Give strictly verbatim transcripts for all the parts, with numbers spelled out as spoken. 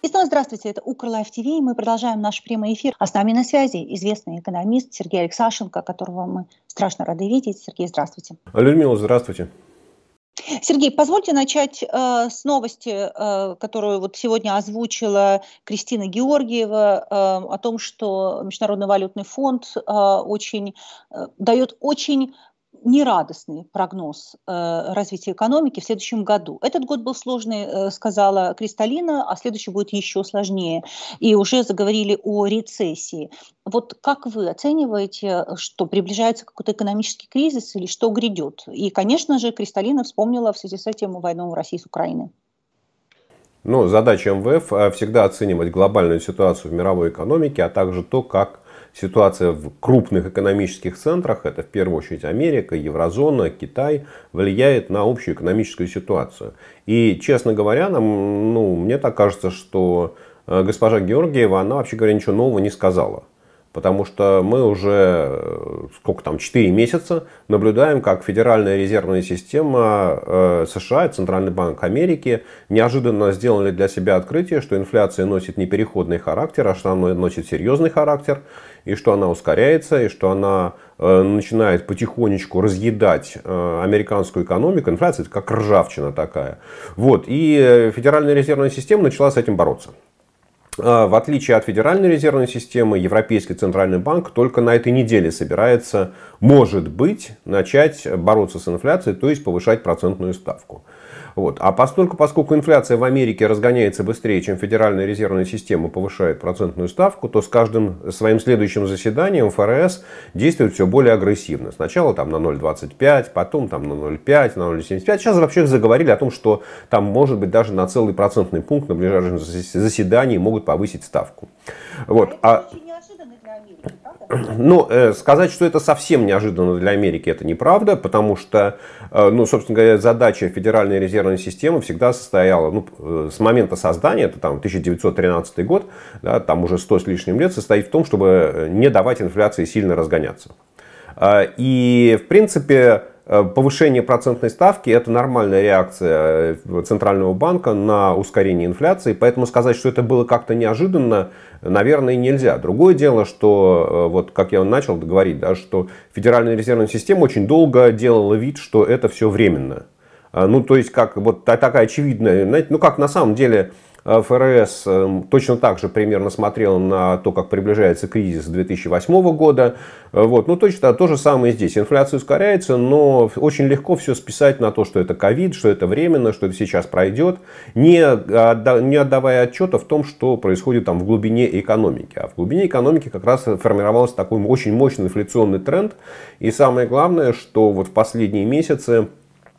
И снова здравствуйте, это Укрлайф ТВ, и мы продолжаем наш прямой эфир. А с нами на связи известный экономист Сергей Алексашенко, которого мы страшно рады видеть. Сергей, здравствуйте. Людмила, здравствуйте. Сергей, позвольте начать э, с новости, э, которую вот сегодня озвучила Кристина Георгиева, э, о том, что Международный валютный фонд э, очень, э, дает очень нерадостный прогноз э, развития экономики в следующем году. Этот год был сложный, э, сказала Кристалина, а следующий будет еще сложнее. И уже заговорили о рецессии. Вот как вы оцениваете, что приближается какой-то экономический кризис или что грядет? И, конечно же, Кристалина вспомнила в связи с этим войну России с Украиной. Ну, задача эм вэ эф всегда оценивать глобальную ситуацию в мировой экономике, а также то, как ситуация в крупных экономических центрах, это в первую очередь Америка, Еврозона, Китай, влияет на общую экономическую ситуацию. И, честно говоря, нам, ну, мне так кажется, что госпожа Георгиева, она, вообще говоря, ничего нового не сказала. Потому что мы уже, сколько там, четыре месяца наблюдаем, как Федеральная резервная система США, Центральный банк Америки неожиданно сделали для себя открытие, что инфляция носит не переходный характер, а что она носит серьезный характер, и что она ускоряется, и что она начинает потихонечку разъедать американскую экономику. Инфляция — это как ржавчина такая. Вот. И Федеральная резервная система начала с этим бороться. В отличие от Федеральной резервной системы, Европейский центральный банк только на этой неделе собирается, может быть, начать бороться с инфляцией, то есть повышать процентную ставку. Вот. А поскольку, поскольку инфляция в Америке разгоняется быстрее, чем Федеральная резервная система повышает процентную ставку, то с каждым своим следующим заседанием эф эр эс действует все более агрессивно. Сначала там на ноль целых двадцать пять сотых, потом там на ноль целых пять сотых, на ноль целых семьдесят пять сотых. Сейчас вообще заговорили о том, что там может быть даже на целый процентный пункт на ближайшем заседании могут повысить ставку. Вот. А это очень неожиданно для Америки, правда? Ну, э, сказать, что это совсем неожиданно для Америки, это неправда, потому что, э, ну, собственно говоря, задача Федеральной резервной системы всегда состояла, ну, э, с момента создания, это там тысяча девятьсот тринадцатый год, да, там уже сто с лишним лет, состоит в том, чтобы не давать инфляции сильно разгоняться. Э, и, в принципе, повышение процентной ставки — это нормальная реакция Центрального банка на ускорение инфляции. Поэтому сказать, что это было как-то неожиданно, наверное, нельзя. Другое дело, что, вот как я начал говорить, да, что Федеральная резервная система очень долго делала вид, что это все временно. Ну, то есть, как вот такая очевидная, знаете, ну, как на самом деле эф эр эс точно так же примерно смотрел на то, как приближается кризис две тысячи восьмого года. Вот. Ну, точно то же самое здесь. Инфляция ускоряется, но очень легко все списать на то, что это ковид, что это временно, что это сейчас пройдет, не, отда- не отдавая отчета в том, что происходит там в глубине экономики. А в глубине экономики как раз формировался такой очень мощный инфляционный тренд. И самое главное, что вот в последние месяцы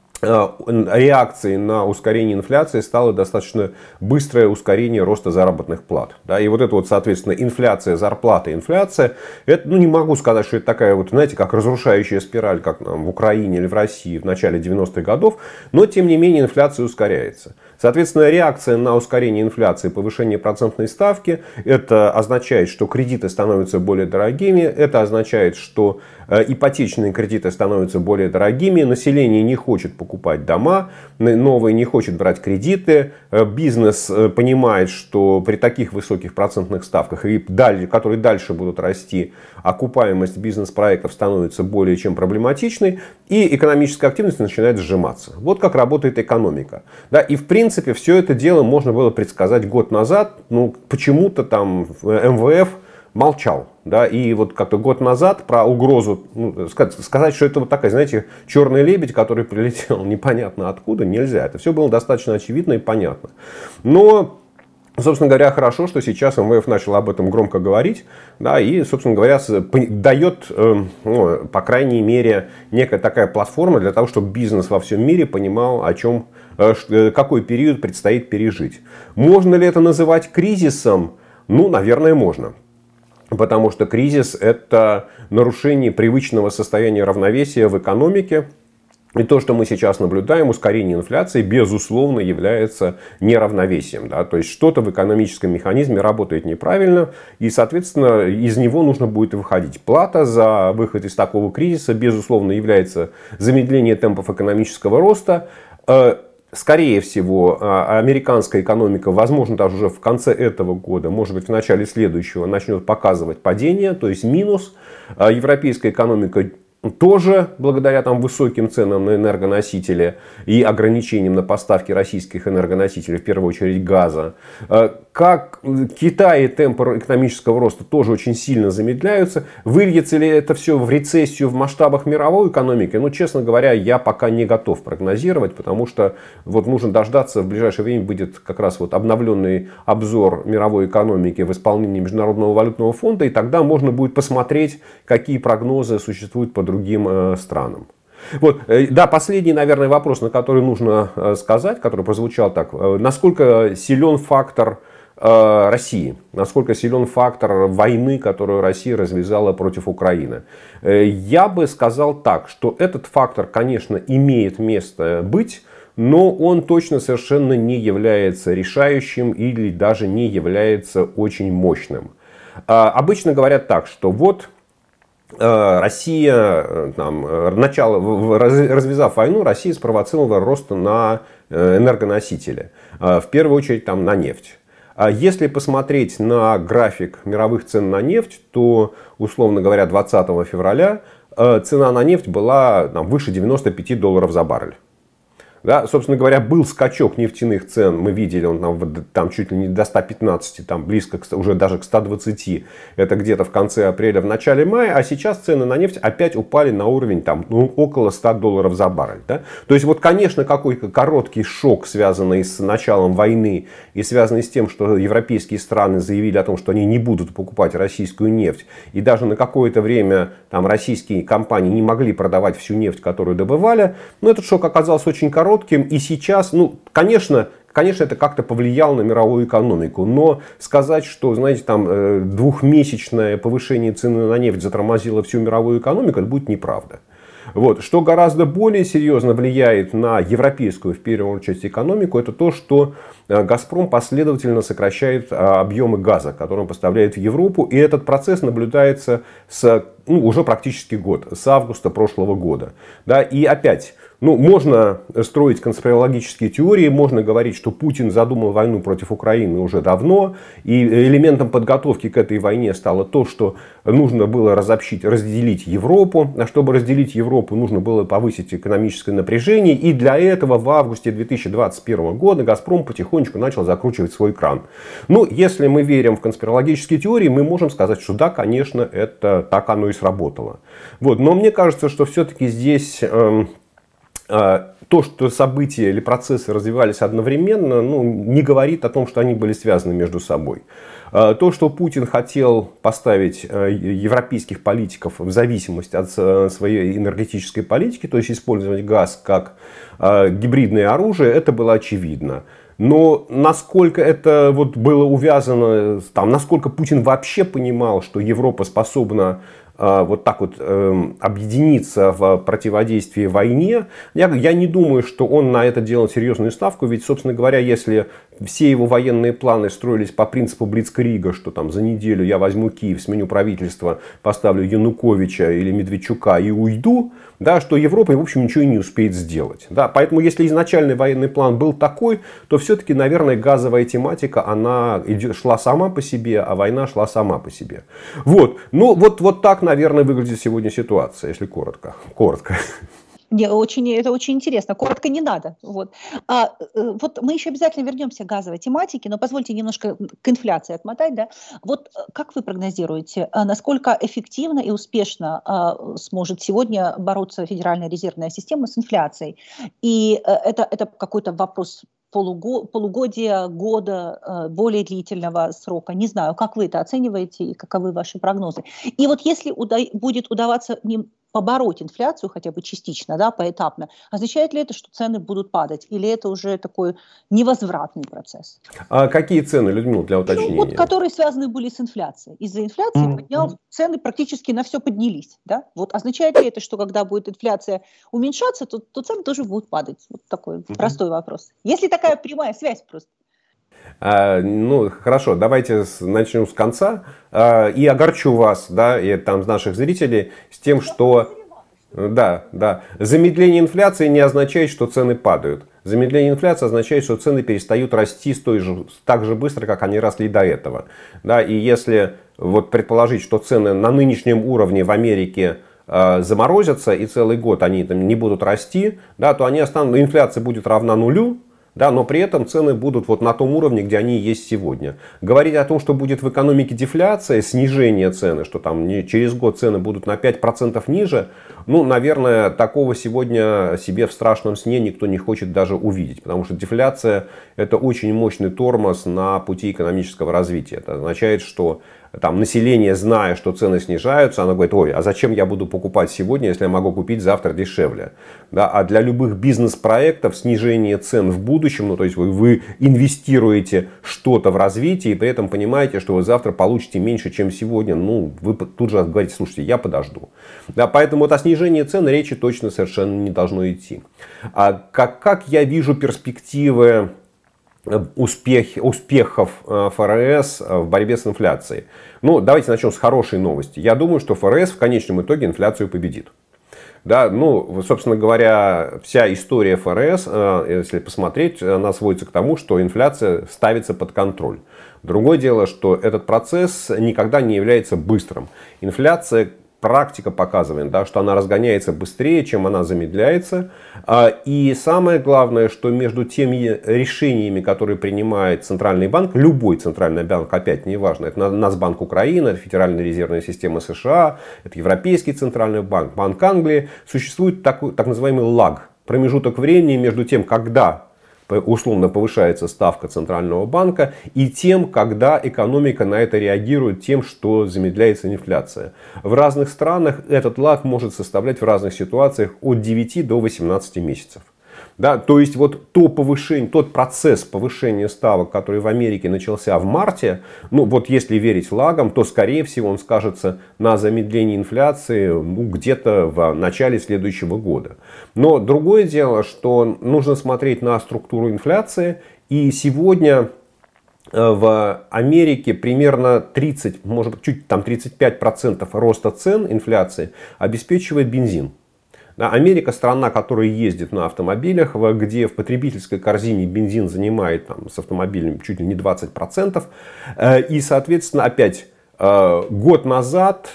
реакцией на ускорение инфляции стало достаточно быстрое ускорение роста заработных плат. Да, и вот это вот, соответственно, инфляция, зарплата, инфляция, это, ну, не могу сказать, что это такая вот, знаете, как разрушающая спираль, как нам в Украине или в России в начале девяностых годов, но, тем не менее, инфляция ускоряется. Соответственно, реакция на ускорение инфляции, повышение процентной ставки, это означает, что кредиты становятся более дорогими, это означает, что ипотечные кредиты становятся более дорогими, население не хочет покупать дома, новые не хочет брать кредиты, бизнес понимает, что при таких высоких процентных ставках, и далее, которые дальше будут расти, окупаемость бизнес-проектов становится более чем проблематичной, и экономическая активность начинает сжиматься. Вот как работает экономика. Да, и в принципе все это дело можно было предсказать год назад, ну почему-то там эм вэ эф молчал. Да, и вот как-то год назад про угрозу, ну, сказать, что это вот такая, знаете, черный лебедь, который прилетел непонятно откуда, нельзя. Это все было достаточно очевидно и понятно. Но, собственно говоря, хорошо, что сейчас эм вэ эф начал об этом громко говорить. Да, и, собственно говоря, дает, ну, по крайней мере, некая такая платформа для того, чтобы бизнес во всем мире понимал, о чем, какой период предстоит пережить. Можно ли это называть кризисом? Ну, наверное, можно. Потому что кризис – это нарушение привычного состояния равновесия в экономике. И то, что мы сейчас наблюдаем, ускорение инфляции, безусловно, является неравновесием. Да? То есть, что-то в экономическом механизме работает неправильно, и, соответственно, из него нужно будет выходить. Плата за выход из такого кризиса, безусловно, является замедление темпов экономического роста. скорее всего, американская экономика, возможно, даже уже в конце этого года, может быть, в начале следующего, начнет показывать падение, то есть минус. Европейская экономика тоже, благодаря там, высоким ценам на энергоносители и ограничениям на поставки российских энергоносителей, в первую очередь газа. Как Китай, темпы экономического роста тоже очень сильно замедляются. Выльется ли это все в рецессию в масштабах мировой экономики? Ну, честно говоря, я пока не готов прогнозировать, потому что вот нужно дождаться, в ближайшее время будет как раз вот обновленный обзор мировой экономики в исполнении Международного валютного фонда, и тогда можно будет посмотреть, какие прогнозы существуют по другим э, странам. Вот, э, да, последний, наверное, вопрос, на который нужно э, сказать, который прозвучал так. Э, насколько силен фактор э, России? Насколько силен фактор войны, которую Россия развязала против Украины? Э, я бы сказал так, что этот фактор, конечно, имеет место быть, но он точно совершенно не является решающим или даже не является очень мощным. Э, обычно говорят так, что вот Россия, там, начало, развязав войну, Россия спровоцировала рост на энергоносители. В первую очередь там, на нефть. Если посмотреть на график мировых цен на нефть, то, условно говоря, двадцатого февраля цена на нефть была там, выше девяноста пяти долларов за баррель. Да, собственно говоря, был скачок нефтяных цен, мы видели, он там, там чуть ли не до ста пятнадцати, там близко к, уже даже к ста двадцати, это где-то в конце апреля, в начале мая, а сейчас цены на нефть опять упали на уровень там, ну, около ста долларов за баррель. Да? То есть, вот, конечно, какой-то короткий шок, связанный с началом войны и связанный с тем, что европейские страны заявили о том, что они не будут покупать российскую нефть, и даже на какое-то время там, российские компании не могли продавать всю нефть, которую добывали, но этот шок оказался очень коротким. И сейчас, ну, конечно, конечно, это как-то повлияло на мировую экономику. Но сказать, что, знаете, там двухмесячное повышение цены на нефть затормозило всю мировую экономику, это будет неправда. Вот. Что гораздо более серьезно влияет на европейскую, в первую очередь, экономику, это то, что «Газпром» последовательно сокращает объемы газа, который он поставляет в Европу. И этот процесс наблюдается с, ну, уже практически год, с августа прошлого года. Да? И опять... Ну, можно строить конспирологические теории, можно говорить, что Путин задумал войну против Украины уже давно, и элементом подготовки к этой войне стало то, что нужно было разобщить, разделить Европу. А чтобы разделить Европу, нужно было повысить экономическое напряжение, и для этого в августе две тысячи двадцать первого года «Газпром» потихонечку начал закручивать свой кран. Ну, если мы верим в конспирологические теории, мы можем сказать, что да, конечно, это так оно и сработало. Вот. Но мне кажется, что все-таки здесь... Э, то, что события или процессы развивались одновременно, ну, не говорит о том, что они были связаны между собой. То, что Путин хотел поставить европейских политиков в зависимость от своей энергетической политики, то есть использовать газ как гибридное оружие, это было очевидно. Но насколько это вот было увязано, там, насколько Путин вообще понимал, что Европа способна вот так вот э, объединиться в противодействии войне, я, я не думаю, что он на это делал серьезную ставку. Ведь, собственно говоря, если все его военные планы строились по принципу Блицкрига, что там за неделю я возьму Киев, сменю правительство, поставлю Януковича или Медведчука и уйду, да, что Европа, в общем, ничего и не успеет сделать. Да, поэтому, если изначальный военный план был такой, то все-таки, наверное, газовая тематика, она шла сама по себе, а война шла сама по себе. Вот, ну, вот, вот так, наверное, выглядит сегодня ситуация, если коротко. Коротко. Не, очень, это очень интересно. Коротко не надо. Вот. А, вот мы еще обязательно вернемся к газовой тематике, но позвольте немножко к инфляции отмотать. Да? Вот как вы прогнозируете, насколько эффективно и успешно а, сможет сегодня бороться Федеральная резервная система с инфляцией? И а, это, это какой-то вопрос полугодия, года, более длительного срока. Не знаю, как вы это оцениваете и каковы ваши прогнозы. И вот если уда- будет удаваться им побороть инфляцию хотя бы частично, да, поэтапно, означает ли это, что цены будут падать? Или это уже такой невозвратный процесс? А какие цены, Людмила, для уточнения? Ну, вот, которые связаны были с инфляцией. Из-за инфляции mm-hmm. поднял, цены практически на все поднялись. Да? Вот, означает ли это, что когда будет инфляция уменьшаться, то, то цены тоже будут падать? Вот такой mm-hmm. простой вопрос. Есть ли такая прямая связь просто? А, ну, хорошо, давайте с, начнем с конца. А, и огорчу вас, да, и там наших зрителей с тем, что... Да, да. Замедление инфляции не означает, что цены падают. Замедление инфляции означает, что цены перестают расти с той же, так же быстро, как они росли до этого. Да, и если вот предположить, что цены на нынешнем уровне в Америке э, заморозятся и целый год они там не будут расти, да, то они останутся, инфляция будет равна нулю. Да, но при этом цены будут вот на том уровне, где они есть сегодня. Говорить о том, что будет в экономике дефляция, снижение цены, что там через год цены будут на пять процентов ниже, ну, наверное, такого сегодня себе в страшном сне никто не хочет даже увидеть. Потому что дефляция — это очень мощный тормоз на пути экономического развития. Это означает, что там население, зная, что цены снижаются, оно говорит: ой, а зачем я буду покупать сегодня, если я могу купить завтра дешевле? Да, а для любых бизнес-проектов снижение цен в будущем, ну то есть вы, вы инвестируете что-то в развитие и при этом понимаете, что вы завтра получите меньше, чем сегодня, ну вы тут же говорите: слушайте, я подожду. Да, поэтому вот о снижении цен речи точно совершенно не должно идти. А как, как я вижу перспективы Успех, успехов ФРС в борьбе с инфляцией? Ну, давайте начнем с хорошей новости. Я думаю, что ФРС в конечном итоге инфляцию победит. Да, ну, собственно говоря, вся история ФРС, если посмотреть, она сводится к тому, что инфляция ставится под контроль. Другое дело, что этот процесс никогда не является быстрым. Инфляция, практика показывает, да, что она разгоняется быстрее, чем она замедляется. И самое главное, что между теми решениями, которые принимает Центральный банк, любой Центральный банк, опять неважно, это Нацбанк Украины, это Федеральная резервная система США, это Европейский Центральный банк, Банк Англии, существует такой, так называемый лаг, промежуток времени между тем, когда условно повышается ставка Центрального банка, и тем, когда экономика на это реагирует тем, что замедляется инфляция. В разных странах этот лаг может составлять в разных ситуациях от девяти до восемнадцати месяцев. Да, то есть вот то повышение, тот процесс повышения ставок, который в Америке начался в марте, ну вот если верить лагам, то скорее всего он скажется на замедлении инфляции ну, где-то в начале следующего года. Но другое дело, что нужно смотреть на структуру инфляции. И сегодня в Америке примерно тридцать, может быть чуть там тридцать пять процентов роста цен инфляции обеспечивает бензин. Америка — страна, которая ездит на автомобилях, где в потребительской корзине бензин занимает там, с автомобилем чуть ли не двадцать процентов. И, соответственно, опять год назад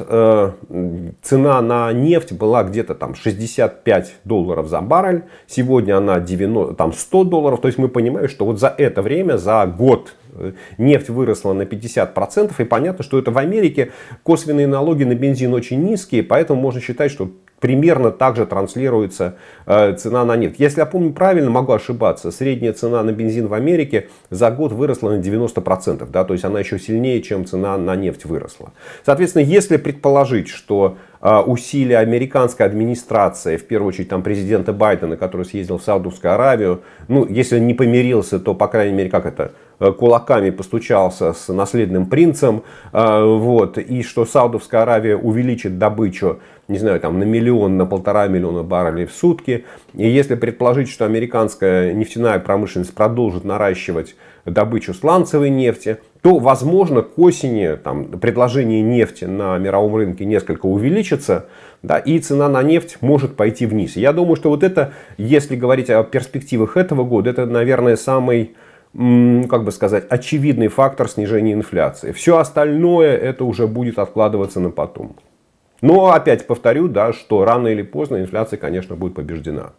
цена на нефть была где-то там шестьдесят пять долларов за баррель. Сегодня она девяносто, там сто долларов. То есть мы понимаем, что вот за это время, за год, нефть выросла на пятьдесят процентов. И понятно, что это в Америке косвенные налоги на бензин очень низкие. Поэтому можно считать, что примерно так же транслируется э, цена на нефть. Если я помню правильно, могу ошибаться, средняя цена на бензин в Америке за год выросла на девяносто процентов. Да, то есть она еще сильнее, чем цена на нефть выросла. Соответственно, если предположить, что э, усилия американской администрации, в первую очередь там, президента Байдена, который съездил в Саудовскую Аравию, ну, если он не помирился, то, по крайней мере, как это, кулаками постучался с наследным принцем, э, вот, и что Саудовская Аравия увеличит добычу, не знаю, там, на миллион, на полтора миллиона баррелей в сутки. И если предположить, что американская нефтяная промышленность продолжит наращивать добычу сланцевой нефти, то, возможно, к осени там, предложение нефти на мировом рынке несколько увеличится, да, и цена на нефть может пойти вниз. Я думаю, что вот это, если говорить о перспективах этого года, это, наверное, самый, как бы сказать, очевидный фактор снижения инфляции. Все остальное это уже будет откладываться на потом. Но опять повторю, да, что рано или поздно инфляция, конечно, будет побеждена.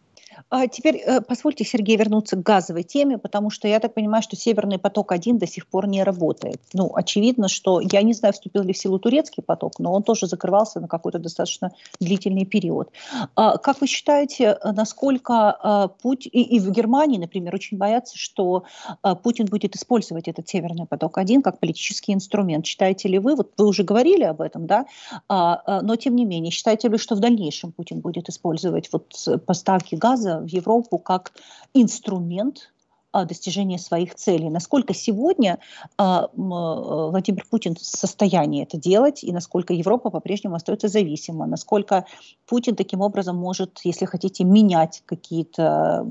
А теперь э, позвольте, Сергей, вернуться к газовой теме, потому что я так понимаю, что Северный поток-один до сих пор не работает. Ну, очевидно, что, я не знаю, вступил ли в силу турецкий поток, но он тоже закрывался на какой-то достаточно длительный период. А, как вы считаете, насколько а, Путин, и, и в Германии, например, очень боятся, что а, Путин будет использовать этот Северный поток-один как политический инструмент. Считаете ли вы, вот вы уже говорили об этом, да, а, а, но тем не менее, считаете ли, что в дальнейшем Путин будет использовать вот поставки газа в Европу как инструмент а, достижения своих целей? Насколько сегодня а, Владимир Путин в состоянии это делать, и насколько Европа по-прежнему остается зависима, насколько Путин таким образом может, если хотите, менять какие-то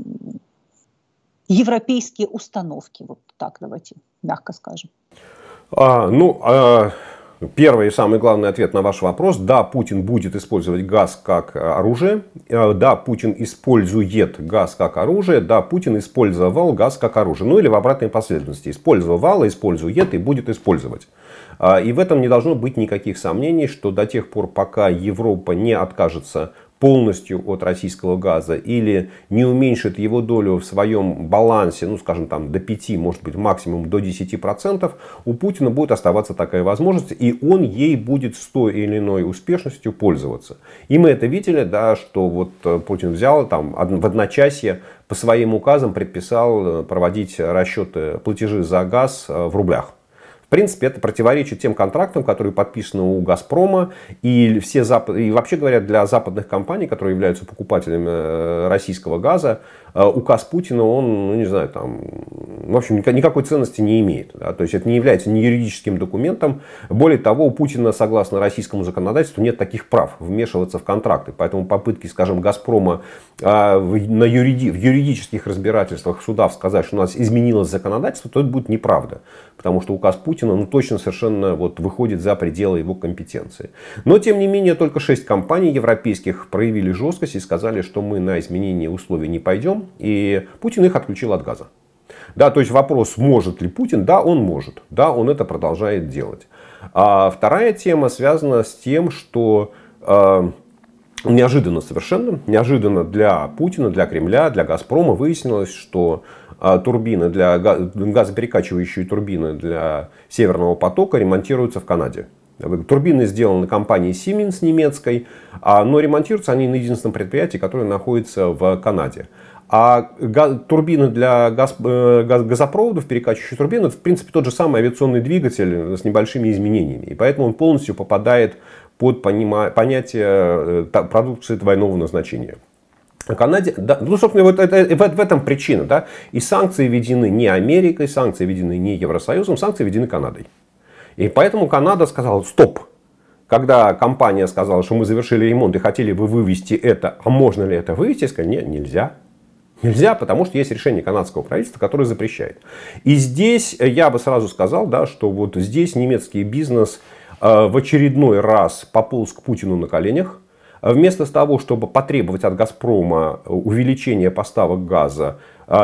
европейские установки, вот так давайте мягко скажем. А, ну, а... Первый и самый главный ответ на ваш вопрос. Да, Путин будет использовать газ как оружие. Да, Путин использует газ как оружие. Да, Путин использовал газ как оружие. Ну или в обратной последовательности. Использовал, использует и будет использовать. И в этом не должно быть никаких сомнений, что до тех пор, пока Европа не откажется полностью от российского газа или не уменьшит его долю в своем балансе, ну скажем там до пяти, может быть максимум до десяти процентов, у Путина будет оставаться такая возможность, и он ей будет с той или иной успешностью пользоваться. И мы это видели, да, что вот Путин взял там в одночасье по своим указам предписал проводить расчеты платежи за газ в рублях. В принципе, это противоречит тем контрактам, которые подписаны у «Газпрома». И, все запад... и вообще говоря, для западных компаний, которые являются покупателями российского газа, указ Путина, он, ну не знаю, там, в общем, никакой ценности не имеет. Да? То есть это не является ни юридическим документом. Более того, у Путина, согласно российскому законодательству, нет таких прав вмешиваться в контракты. Поэтому попытки, скажем, «Газпрома» на юриди... в юридических разбирательствах в судах сказать, что у нас изменилось законодательство, то это будет неправда. Потому что указ Путина ну, точно совершенно вот, выходит за пределы его компетенции. Но, тем не менее, только шесть компаний европейских проявили жесткость и сказали, что мы на изменение условий не пойдем. И Путин их отключил от газа. Да, то есть вопрос, может ли Путин? Да, он может. Да, он это продолжает делать. А вторая тема связана с тем, что э, неожиданно совершенно, неожиданно для Путина, для Кремля, для «Газпрома» выяснилось, что турбины для газоперекачивающие турбины для Северного потока ремонтируются в Канаде. Турбины сделаны компанией Siemens немецкой, но ремонтируются они на единственном предприятии, которое находится в Канаде. А турбины для газ, газопроводов, перекачивающие турбины, это в принципе тот же самый авиационный двигатель с небольшими изменениями. И поэтому он полностью попадает под понятие продукции двойного назначения. В Канаде, да, ну, собственно, вот это, в, в этом причина. Да? И санкции введены не Америкой, санкции введены не Евросоюзом, санкции введены Канадой. И поэтому Канада сказала, стоп. Когда компания сказала, что мы завершили ремонт и хотели бы вывести это, а можно ли это вывести, сказали, нет, нельзя. Нельзя, потому что есть решение канадского правительства, которое запрещает. И здесь я бы сразу сказал, да, что вот здесь немецкий бизнес э, в очередной раз пополз к Путину на коленях. Вместо того, чтобы потребовать от «Газпрома» увеличения поставок газа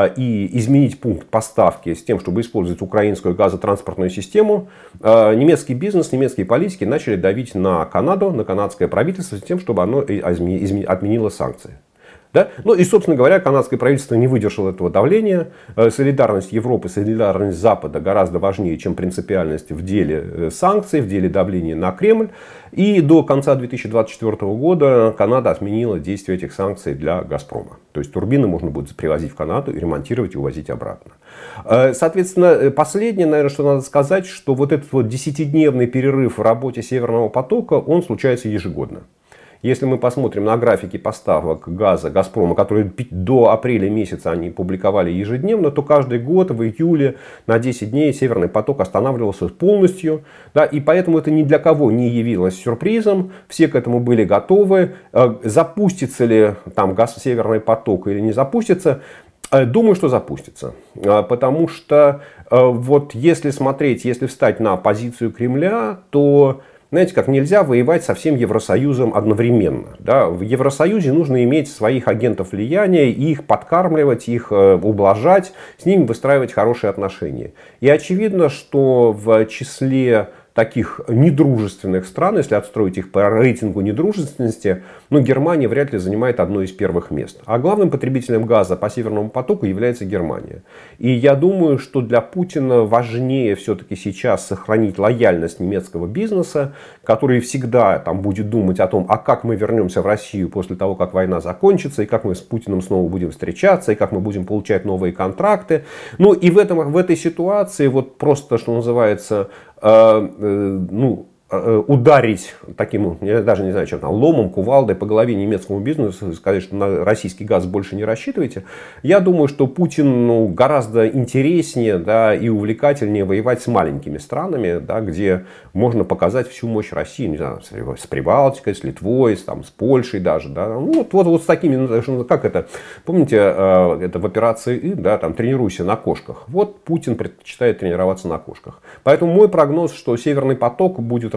и изменить пункт поставки с тем, чтобы использовать украинскую газотранспортную систему, немецкий бизнес, немецкие политики начали давить на Канаду, на канадское правительство с тем, чтобы оно отменило санкции. Да? Ну и, собственно говоря, канадское правительство не выдержало этого давления. Солидарность Европы, солидарность Запада гораздо важнее, чем принципиальность в деле санкций, в деле давления на Кремль. И до конца две тысячи двадцать четвёртого года Канада отменила действие этих санкций для «Газпрома». То есть турбины можно будет привозить в Канаду и ремонтировать и увозить обратно. Соответственно, последнее, наверное, что надо сказать, что вот этот вот десятидневный перерыв в работе Северного потока, он случается ежегодно. Если мы посмотрим на графики поставок газа «Газпрома», которые до апреля месяца они публиковали ежедневно, то каждый год в июле на десять дней Северный поток останавливался полностью. Да, и поэтому это ни для кого не явилось сюрпризом. Все к этому были готовы. Запустится ли там газ Северный поток или не запустится? Думаю, что запустится. Потому что вот если смотреть, если встать на позицию Кремля, то... Знаете, как нельзя воевать со всем Евросоюзом одновременно. Да? В Евросоюзе нужно иметь своих агентов влияния, их подкармливать, их ублажать, с ними выстраивать хорошие отношения. И очевидно, что в числе таких недружественных стран, если отстроить их по рейтингу недружественности, ну, Германия вряд ли занимает одно из первых мест. А главным потребителем газа по Северному потоку является Германия. И я думаю, что для Путина важнее все-таки сейчас сохранить лояльность немецкого бизнеса, который всегда там будет думать о том, а как мы вернемся в Россию после того, как война закончится, и как мы с Путиным снова будем встречаться, и как мы будем получать новые контракты. Ну и в, этом, в этой ситуации вот просто, что называется, э, э, ну, ударить таким, я даже не знаю, чем там, ломом, кувалдой по голове немецкому бизнесу и сказать, что на российский газ больше не рассчитывайте. Я думаю, что Путин ну, гораздо интереснее, да, и увлекательнее воевать с маленькими странами, да, где можно показать всю мощь России, не знаю, с Прибалтикой, с Литвой, с, там, с Польшей даже. Да. Ну, вот, вот, вот с такими, как это, помните, это в операции И, да, там, тренируйся на кошках. Вот Путин предпочитает тренироваться на кошках. Поэтому мой прогноз, что Северный поток будет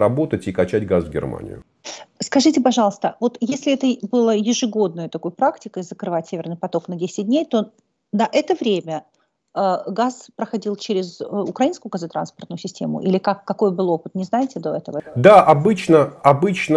работать и качать газ в Германию. Скажите, пожалуйста, вот если это было ежегодной такой практикой закрывать Северный поток на десять дней, то на это время э, газ проходил через э, украинскую газотранспортную систему? Или как, какой был опыт? Не знаете до этого? Да, обычно, обычно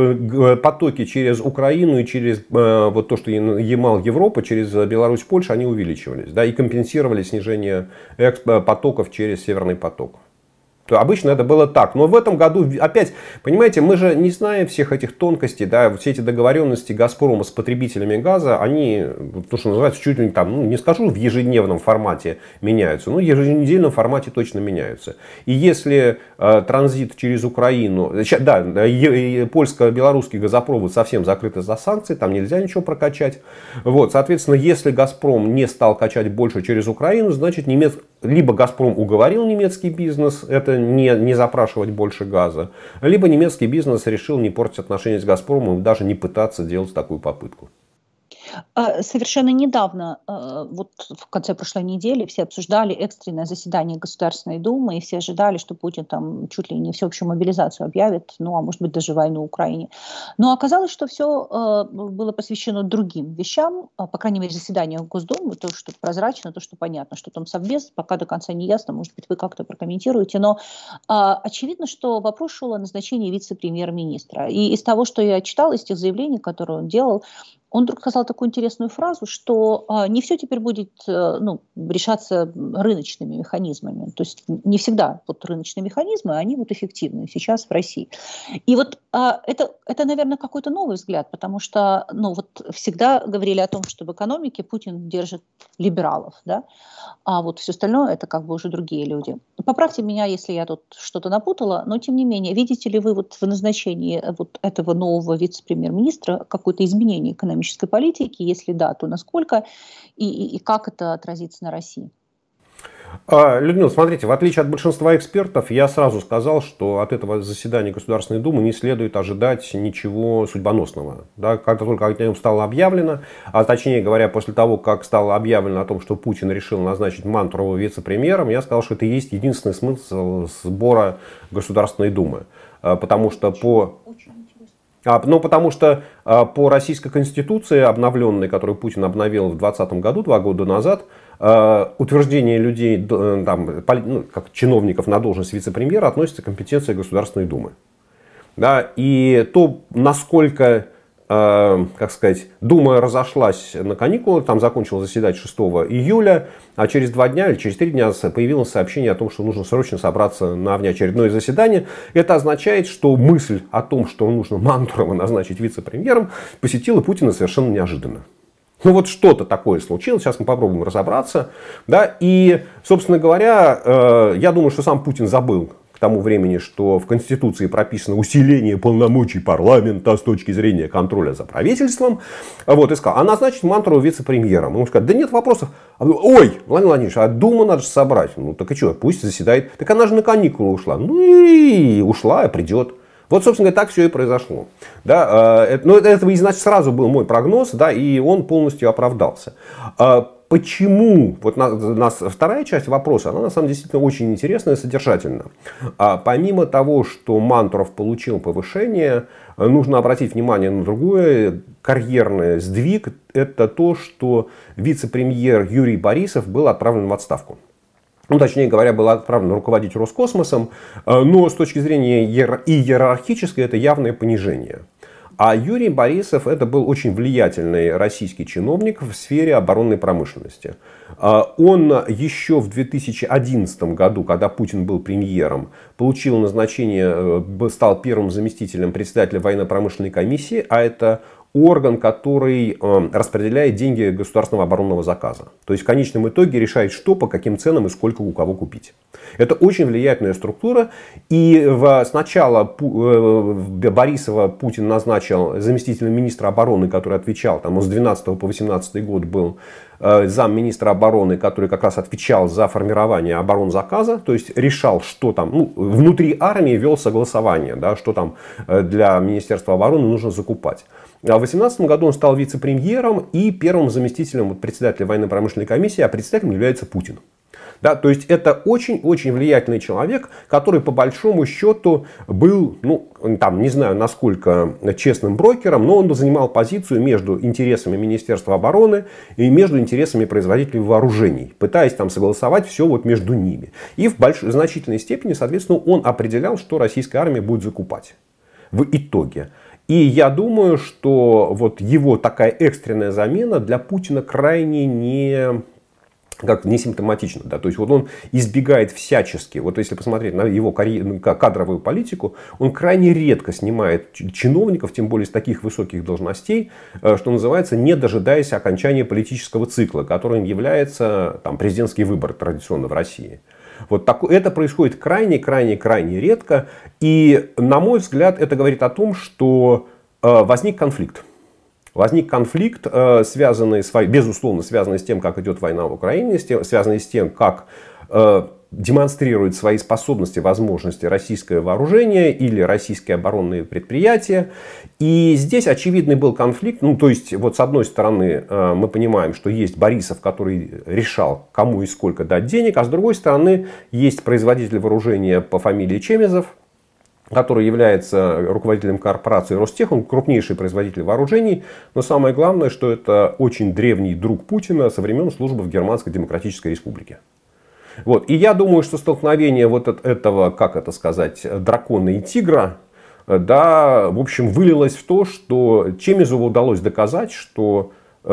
э, потоки через Украину и через э, вот то, что Ямал Европа, через Беларусь, Польшу, они увеличивались, да, и компенсировали снижение эксп- потоков через Северный поток. То обычно это было так. Но в этом году, опять, понимаете, мы же не знаем всех этих тонкостей, да, все эти договоренности «Газпрома» с потребителями газа, они, то, что называется, чуть ли там, ну, не скажу, в ежедневном формате меняются, но в еженедельном формате точно меняются. И если э, транзит через Украину, да, польско-белорусский газопровод совсем закрыт из-за санкций, там нельзя ничего прокачать. Вот, соответственно, если «Газпром» не стал качать больше через Украину, значит, немец... либо «Газпром» уговорил немецкий бизнес, это Не, не запрашивать больше газа. Либо немецкий бизнес решил не портить отношения с «Газпромом» и даже не пытаться делать такую попытку. Совершенно недавно, вот в конце прошлой недели, все обсуждали экстренное заседание Государственной Думы, и все ожидали, что Путин там чуть ли не всеобщую мобилизацию объявит, ну а может быть даже войну в Украине. Но оказалось, что все было посвящено другим вещам, по крайней мере заседание Госдумы, то, что прозрачно, то, что понятно, что там Совбез, пока до конца не ясно, может быть вы как-то прокомментируете, но очевидно, что вопрос шел о назначении вице-премьер-министра. И из того, что я читала, из тех заявлений, которые он делал, он вдруг сказал такую интересную фразу, что а, не все теперь будет а, ну, решаться рыночными механизмами. То есть не всегда вот рыночные механизмы, они вот эффективны сейчас в России. И вот а, это, это, наверное, какой-то новый взгляд, потому что ну, вот всегда говорили о том, что в экономике Путин держит либералов, да? А вот все остальное это как бы уже другие люди. Поправьте меня, если я тут что-то напутала, но тем не менее, видите ли вы вот в назначении вот этого нового вице-премьер-министра какое-то изменение экономической политики? Если да, то насколько и, и, и как это отразится на России? Людмила, смотрите, в отличие от большинства экспертов, я сразу сказал, что от этого заседания Государственной Думы не следует ожидать ничего судьбоносного. Да, как только о нем стало объявлено, а точнее говоря, после того, как стало объявлено о том, что Путин решил назначить Мантурова вице-премьером, я сказал, что это и есть единственный смысл сбора Государственной Думы. Потому что по... Ну, потому что по российской конституции, обновленной, которую Путин обновил в двадцатом году, два года назад, утверждение людей, там, ну, как чиновников на должность вице-премьера относится к компетенции Государственной Думы. Да, и то, насколько, как сказать, Дума разошлась на каникулы, там закончилось заседать шестого июля, а через два дня или через три дня появилось сообщение о том, что нужно срочно собраться на внеочередное заседание. Это означает, что мысль о том, что нужно Мантурова назначить вице-премьером, посетила Путина совершенно неожиданно. Ну вот что-то такое случилось, сейчас мы попробуем разобраться. Да? И, собственно говоря, я думаю, что сам Путин забыл к тому времени, что в Конституции прописано усиление полномочий парламента с точки зрения контроля за правительством. Вот, и сказал, а назначить Мантурову вице-премьером. Ему сказали, да нет вопросов. Ой, Владимир Владимирович, а Думу надо же собрать. Ну так и что, пусть заседает. Так она же на каникулы ушла. Ну и ушла, и придет. Вот, собственно говоря, так все и произошло. Да, но это, это, значит, сразу был мой прогноз, да, и он полностью оправдался. Почему? Вот у нас вторая часть вопроса, она на самом деле действительно очень интересная и содержательная. Помимо того, что Мантуров получил повышение, нужно обратить внимание на другое карьерный сдвиг. Это то, что вице-премьер Юрий Борисов был отправлен в отставку. Ну, точнее говоря, был отправлен руководить Роскосмосом, но с точки зрения и иерархической это явное понижение. А Юрий Борисов это был очень влиятельный российский чиновник в сфере оборонной промышленности. Он еще в две тысячи одиннадцатом году, когда Путин был премьером, получил назначение, стал первым заместителем председателя военно-промышленной комиссии, а это орган, который распределяет деньги государственного оборонного заказа. То есть в конечном итоге решает, что, по каким ценам и сколько у кого купить. Это очень влиятельная структура. И сначала Борисова Путин назначил заместителем министра обороны, который отвечал, там он с двенадцатого по восемнадцатый год был замминистра обороны, который как раз отвечал за формирование оборонзаказа, то есть решал, что там, ну, внутри армии вел согласование, да, что там для Министерства обороны нужно закупать. А в две тысячи восемнадцатом году он стал вице-премьером и первым заместителем председателя военно-промышленной комиссии, а председателем является Путин. Да, то есть это очень-очень влиятельный человек, который по большому счету был, ну, там, не знаю, насколько честным брокером, но он занимал позицию между интересами Министерства обороны и между интересами производителей вооружений, пытаясь там согласовать все вот между ними. И в большой, значительной степени, соответственно, он определял, что российская армия будет закупать в итоге. И я думаю, что вот его такая экстренная замена для Путина крайне не... как не симптоматично, да, то есть вот он избегает всячески, вот если посмотреть на его карьер, кадровую политику, он крайне редко снимает чиновников, тем более с таких высоких должностей, что называется, не дожидаясь окончания политического цикла, которым является там президентский выбор традиционно в России. Вот так, это происходит крайне-крайне-крайне редко, и, на мой взгляд, это говорит о том, что э, возник конфликт. Возник конфликт, связанный, с, безусловно, связанный с тем, как идет война в Украине, связанный с тем, как демонстрирует свои способности, возможности российское вооружение или российские оборонные предприятия. И здесь очевидный был конфликт. Ну, то есть, вот с одной стороны, мы понимаем, что есть Борисов, который решал, кому и сколько дать денег, а с другой стороны, есть производитель вооружения по фамилии Чемезов, который является руководителем корпорации Ростех, он крупнейший производитель вооружений, но самое главное, что это очень древний друг Путина со времен службы в Германской Демократической Республике. Вот. И я думаю, что столкновение вот этого, как это сказать, дракона и тигра, да, в общем, вылилось в то, что Чемезову удалось доказать, что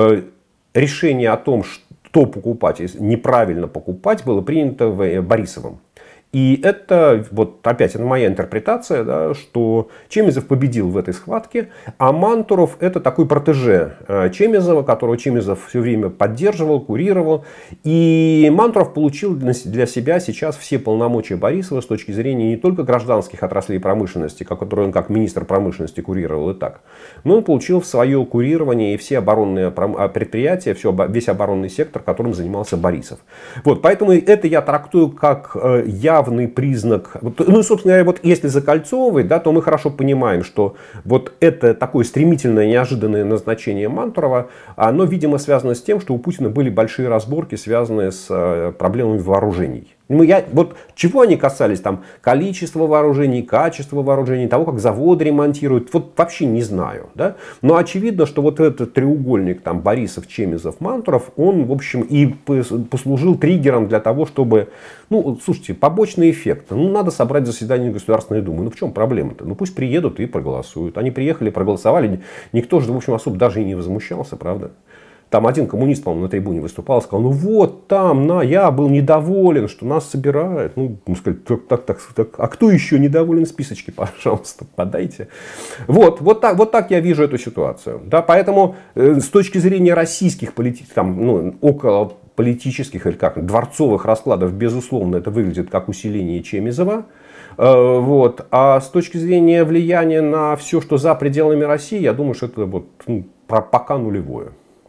решение о том, что покупать, неправильно покупать, было принято Борисовым. И это, вот опять, это моя интерпретация, да, что Чемезов победил в этой схватке, а Мантуров это такой протеже Чемезова, которого Чемезов все время поддерживал, курировал. И Мантуров получил для себя сейчас все полномочия Борисова с точки зрения не только гражданских отраслей промышленности, которые он как министр промышленности курировал и так, но он получил в свое курирование и все оборонные предприятия, все, весь оборонный сектор, которым занимался Борисов. Вот, поэтому это я трактую как я явный признак. Ну и, собственно говоря, вот если закольцовывать, да, то мы хорошо понимаем, что вот это такое стремительное, неожиданное назначение Мантурова, оно, видимо, связано с тем, что у Путина были большие разборки, связанные с проблемами вооружений. Ну, я, вот чего они касались, там, количества вооружений, качества вооружений, того, как заводы ремонтируют, вот вообще не знаю. Да? Но очевидно, что вот этот треугольник там, Борисов, Чемезов, Мантуров, он, в общем, и послужил триггером для того, чтобы, ну, слушайте, побочный эффект. Ну, надо собрать заседание Государственной Думы. Ну, в чем проблема-то? Ну, пусть приедут и проголосуют. Они приехали, проголосовали. Никто же, в общем, особо даже и не возмущался, правда? Там один коммунист, по-моему, на трибуне выступал, сказал, ну вот там, на, я был недоволен, что нас собирают. Ну, ну сказать, так, так, так, так, а кто еще недоволен, списочки, пожалуйста, подайте. Вот, вот, так, вот так я вижу эту ситуацию. Да, поэтому э, с точки зрения российских политиков, там, ну, около политических или как, дворцовых раскладов, безусловно, это выглядит как усиление Чемезова. Э, вот. А с точки зрения влияния на все, что за пределами России, я думаю, что это вот, ну, пока нулевое.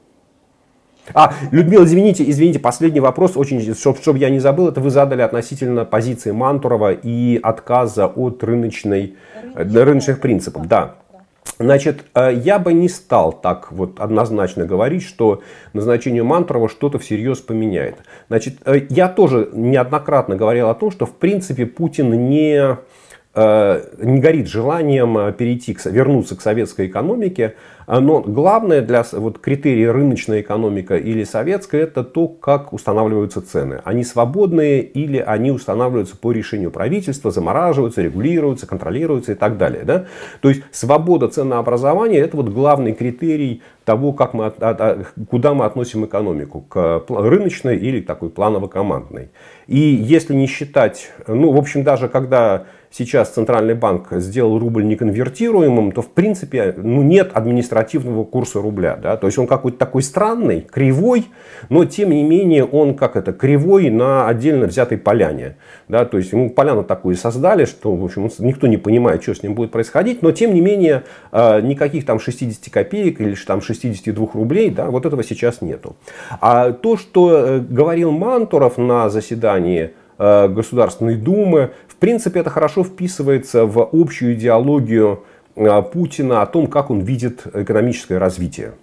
А, Людмила, извините, извините, последний вопрос, очень, чтобы, чтобы я не забыл, это вы задали относительно позиции Мантурова и отказа от рыночной, рыночных принципов. Да. Значит, я бы не стал так вот однозначно говорить, что назначение Мантурова что-то всерьез поменяет. Значит, я тоже неоднократно говорил о том, что в принципе Путин не... не горит желанием перейти, вернуться к советской экономике. Но главное для вот, критерия рыночная экономика или советская, это то, как устанавливаются цены. Они свободные или они устанавливаются по решению правительства, замораживаются, регулируются, контролируются и так далее. Да? То есть свобода ценообразования, это вот главный критерий того, как мы, куда мы относим экономику. К рыночной или такой планово-командной. И если не считать, ну в общем даже когда сейчас Центральный банк сделал рубль неконвертируемым, то в принципе ну, нет административного курса рубля. Да? То есть он какой-то такой странный, кривой, но тем не менее он как это, кривой на отдельно взятой поляне. Да? То есть ему поляну такую создали, что в общем, никто не понимает, что с ним будет происходить, но тем не менее никаких там шестидесяти копеек или там шестидесяти двух рублей, да, вот этого сейчас нету. А то, что говорил Мантуров на заседании Государственной Думы, в принципе, это хорошо вписывается в общую идеологию Путина о том, как он видит экономическое развитие.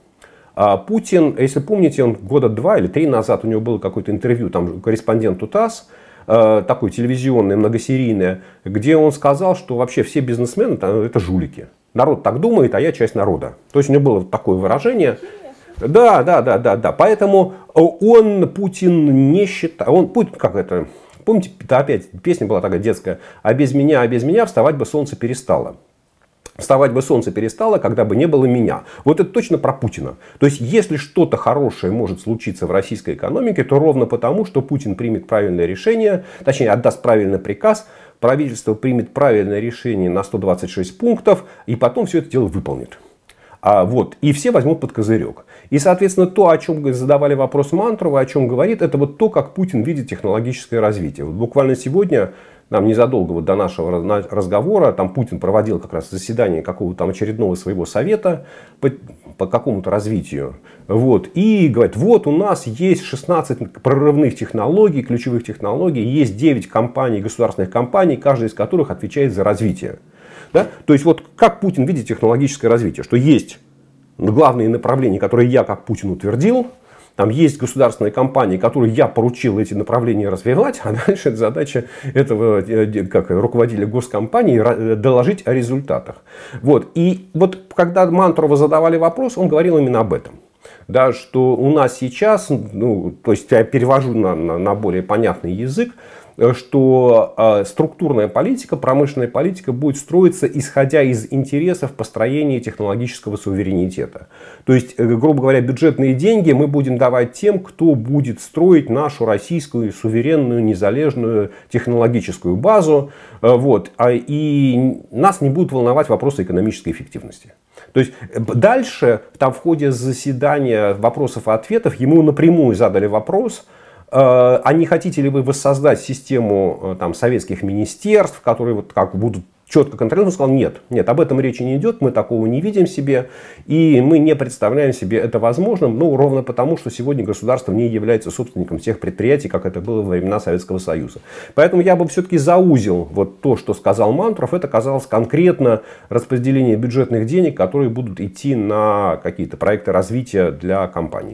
А Путин, если помните, он года два или три назад у него было какое-то интервью, там корреспонденту ТАСС, такое телевизионное, многосерийное, где он сказал, что вообще все бизнесмены это жулики. Народ так думает, а я часть народа. То есть у него было такое выражение. Да, да, да, да, да. Поэтому он, Путин, не считает, он, Путин, как это, помните, это опять песня была такая детская, а без меня, а без меня вставать бы солнце перестало. Вставать бы солнце перестало, когда бы не было меня. Вот это точно про Путина. То есть, если что-то хорошее может случиться в российской экономике, то ровно потому, что Путин примет правильное решение, точнее, отдаст правильный приказ, правительство примет правильное решение на сто двадцать шесть пунктов, и потом все это дело выполнит. А, вот, и все возьмут под козырек. И, соответственно, то, о чем задавали вопрос Мантурова, о чем говорит, это вот то, как Путин видит технологическое развитие. Вот буквально сегодня, нам незадолго вот до нашего разговора, там Путин проводил как раз заседание какого-то там очередного своего совета по, по какому-то развитию. Вот, и говорит, вот у нас есть шестнадцать прорывных технологий, ключевых технологий, есть девять компаний, государственных компаний, каждая из которых отвечает за развитие. Да? То есть, вот как Путин видит технологическое развитие, что есть главные направления, которые я как Путин утвердил, там есть государственные компании, которые я поручил эти направления развивать, а дальше задача этого как, руководителя госкомпании доложить о результатах. Вот. И вот когда Мантурову задавали вопрос, он говорил именно об этом. Да, что у нас сейчас, ну, то есть я перевожу на, на, на более понятный язык, что э, структурная политика, промышленная политика будет строиться исходя из интересов построения технологического суверенитета. То есть, э, грубо говоря, бюджетные деньги мы будем давать тем, кто будет строить нашу российскую суверенную, незалежную технологическую базу. Э, вот, а, и нас не будут волновать вопросы экономической эффективности. То есть дальше там в ходе заседания вопросов и ответов ему напрямую задали вопрос: а не хотите ли вы воссоздать систему там, советских министерств, которые вот как будут четко контролировать? Он сказал: нет, нет, об этом речи не идет, мы такого не видим себе, и мы не представляем себе это возможным, ну, ровно потому, что сегодня государство не является собственником тех предприятий, как это было во времена Советского Союза. Поэтому я бы все-таки заузил вот то, что сказал Мантуров, это казалось конкретно распределение бюджетных денег, которые будут идти на какие-то проекты развития для компаний.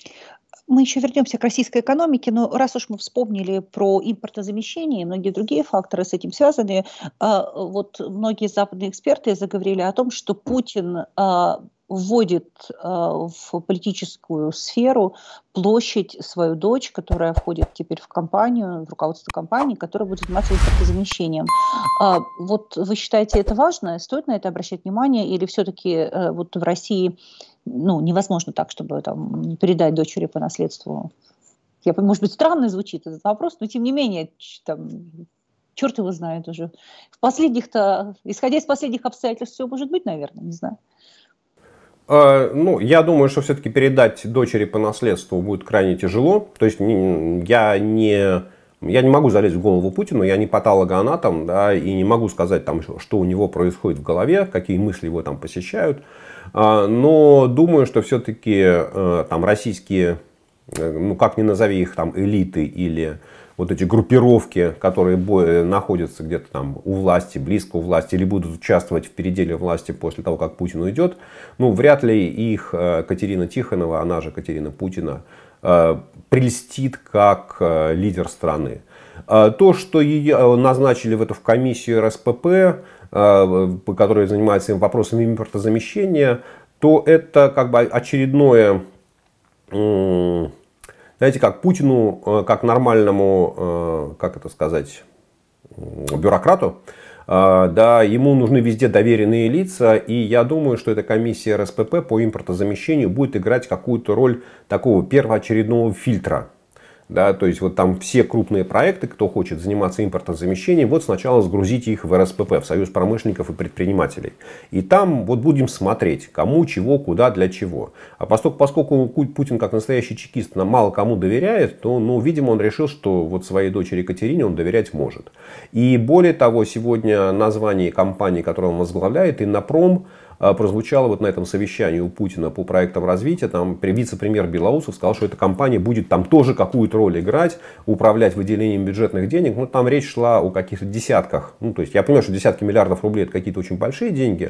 Мы еще вернемся к российской экономике, но раз уж мы вспомнили про импортозамещение и многие другие факторы с этим связаны, вот многие западные эксперты заговорили о том, что Путин вводит в политическую сферу площадь свою дочь, которая входит теперь в компанию, в руководство компании, которая будет заниматься импортозамещением. Вот вы считаете это важно? Стоит на это обращать внимание? Или все-таки вот в России ну, невозможно так, чтобы там, передать дочери по наследству? Я, может быть, странно звучит этот вопрос, но тем не менее, там, черт его знает уже. В последних-то, исходя из последних обстоятельств, все может быть, наверное, не знаю. Ну, я думаю, что все-таки передать дочери по наследству будет крайне тяжело. То есть я не, я не могу залезть в голову Путину, я не патологоанатом, да, и не могу сказать, там, что у него происходит в голове, какие мысли его там посещают. Но думаю, что все-таки там российские, ну как ни назови их, там элиты или вот эти группировки, которые находятся где-то там у власти, близко у власти, или будут участвовать в переделе власти после того, как Путин уйдет, ну вряд ли их Катерина Тихонова, она же Катерина Путина, прельстит как лидер страны. То, что ее назначили в эту в комиссию эр эс пэ пэ, которая занимается вопросами импортозамещения, то это как бы очередное, знаете, как Путину, как нормальному, как это сказать, бюрократу, да, ему нужны везде доверенные лица, и я думаю, что эта комиссия эр эс пэ пэ по импортозамещению будет играть какую-то роль такого первоочередного фильтра. Да, то есть вот там все крупные проекты, кто хочет заниматься импортозамещением, вот сначала сгрузите их в эр эс пэ пэ, в Союз промышленников и предпринимателей. И там вот будем смотреть, кому, чего, куда, для чего. А поскольку, поскольку Путин как настоящий чекист нам мало кому доверяет, то, ну, видимо, он решил, что вот своей дочери Екатерине он доверять может. И более того, сегодня название компании, которую он возглавляет, Иннопром, прозвучало вот на этом совещании у Путина по проектам развития. Там вице-премьер Белоусов сказал, что эта компания будет там тоже какую-то роль играть, управлять выделением бюджетных денег. Ну, там речь шла о каких-то десятках. Ну, то есть я понимаю, что десятки миллиардов рублей это какие-то очень большие деньги.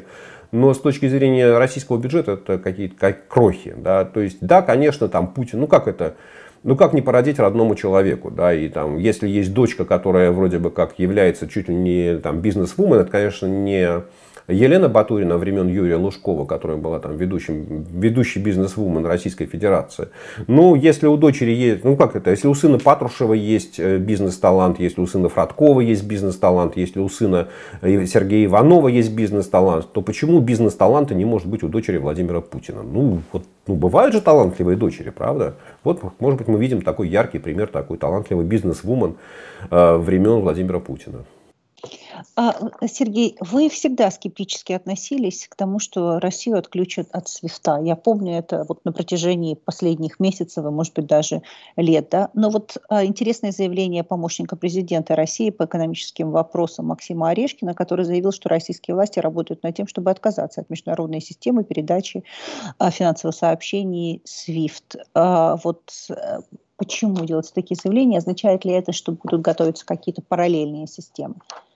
но с точки зрения российского бюджета это какие-то как крохи. Да? То есть, да, конечно, там Путин, ну как это, ну как не породить родному человеку, да, и там, если есть дочка, которая вроде бы как является чуть ли не там бизнес-вумен, это, конечно, не Елена Батурина времен Юрия Лужкова, которая была там ведущим, ведущий бизнес-вумен Российской Федерации. Ну, если у дочери есть, ну как это, если у сына Патрушева есть бизнес-талант, если у сына Фродкова есть бизнес-талант, если у сына Сергея Иванова есть бизнес-талант, то почему бизнес-таланта не может быть у дочери Владимира Путина? Ну, вот, ну, бывают же талантливые дочери, правда? Вот, может быть, мы видим такой яркий пример, такой талантливый бизнес-вумен э, времен Владимира Путина. Сергей, вы всегда скептически относились к тому, что Россию отключат от свифта. Я помню это вот на протяжении последних месяцев, а может быть даже лет. Да? Но вот а, интересное заявление помощника президента России по экономическим вопросам Максима Орешкина, который заявил, что российские власти работают над тем, чтобы отказаться от международной системы передачи а, финансовых сообщений свифт. А, вот а, почему делаются такие заявления? Означает ли это, что будут готовиться какие-то параллельные системы?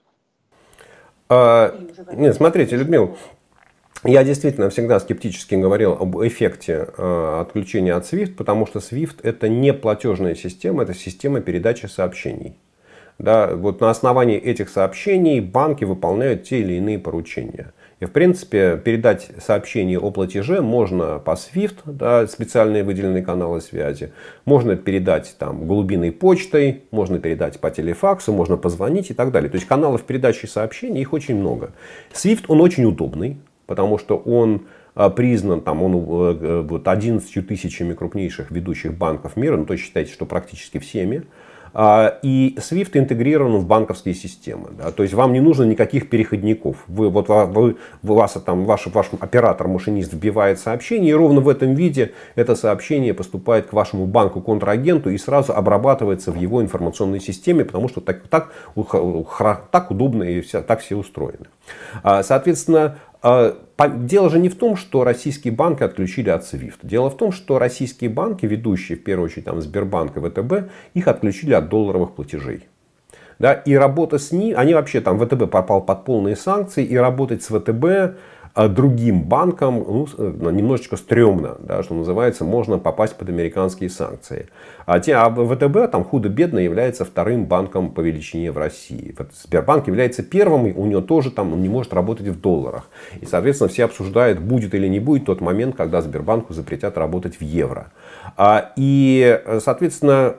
Нет, смотрите, Людмила, я действительно всегда скептически говорил об эффекте э, отключения от свифт, потому что свифт это не платежная система, это система передачи сообщений. Да, вот на основании этих сообщений банки выполняют те или иные поручения. И в принципе передать сообщение о платеже можно по свифт, да, специальные выделенные каналы связи. Можно передать там голубиной почтой, можно передать по телефаксу, можно позвонить и так далее. То есть каналов передачи сообщений их очень много. свифт он очень удобный, потому что он признан там, он, вот, одиннадцатью тысячами крупнейших ведущих банков мира, ну то есть считайте, что практически всеми. И свифт интегрирован в банковские системы. Да? То есть вам не нужно никаких переходников. Вы, вот, вы, вы, вас, там, ваш, ваш оператор-машинист вбивает сообщение, и ровно в этом виде это сообщение поступает к вашему банку-контрагенту и сразу обрабатывается в его информационной системе, потому что так, так, так удобно и вся, так все устроены. Соответственно, дело же не в том, что российские банки отключили от свифт. Дело в том, что российские банки, ведущие в первую очередь там, Сбербанк и ВТБ, их отключили от долларовых платежей. Да, и работа с ними, они вообще там, ВТБ попал под полные санкции, и работать с ВТБ другим банкам ну, немножечко стрёмно, да, что называется, можно попасть под американские санкции. А, те, а ВТБ там худо-бедно является вторым банком по величине в России. Сбербанк является первым, и у него тоже там он не может работать в долларах. И, соответственно, все обсуждают, будет или не будет тот момент, когда Сбербанку запретят работать в евро. А, и, соответственно,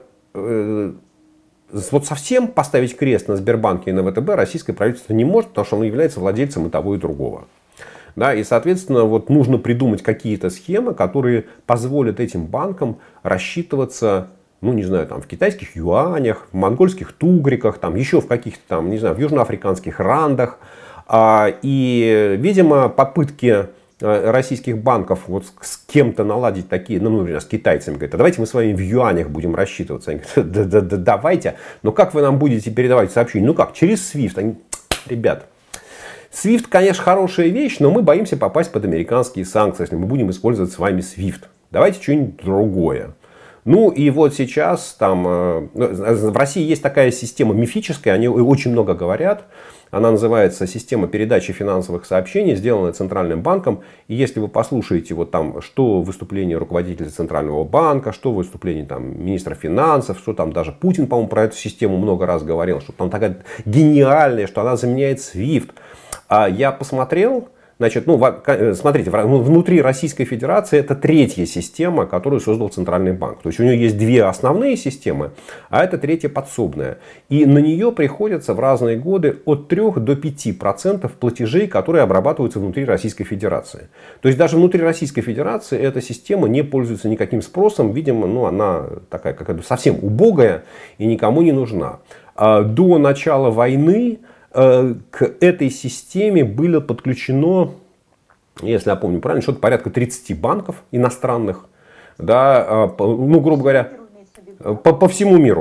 вот совсем поставить крест на Сбербанке и на ВТБ российское правительство не может, потому что оно является владельцем и того, и другого. Да, и, соответственно, вот нужно придумать какие-то схемы, которые позволят этим банкам рассчитываться, ну, не знаю, там, в китайских юанях, в монгольских тугриках, там, еще в каких-то там, не знаю, в южноафриканских рандах. И, видимо, попытки российских банков вот с кем-то наладить такие, ну, например, с китайцами, говорят, а давайте мы с вами в юанях будем рассчитываться. Они говорят, да, да, да, давайте, но как вы нам будете передавать сообщения? Ну как, через свифт? Они, ребят, свифт, конечно, хорошая вещь, но мы боимся попасть под американские санкции, если мы будем использовать с вами свифт. Давайте что-нибудь другое. Ну и вот сейчас там, в России есть такая система мифическая, они очень много говорят. Она называется «Система передачи финансовых сообщений», сделанная Центральным банком. И если вы послушаете вот там, что выступление руководителя Центрального банка, что выступление там, министра финансов, что там даже Путин, по-моему, про эту систему много раз говорил, что там такая гениальная, что она заменяет свифт. А я посмотрел, значит, ну, смотрите, внутри Российской Федерации это третья система, которую создал Центральный банк. То есть у нее есть две основные системы, а это третья подсобная. И на нее приходится в разные годы от трёх до пяти процентов платежей, которые обрабатываются внутри Российской Федерации. То есть даже внутри Российской Федерации эта система не пользуется никаким спросом. Видимо, ну, она такая какая-то совсем убогая и никому не нужна. До начала войны к этой системе было подключено, если я помню правильно, что-то порядка тридцати банков иностранных, да, ну, грубо говоря, по, по всему миру.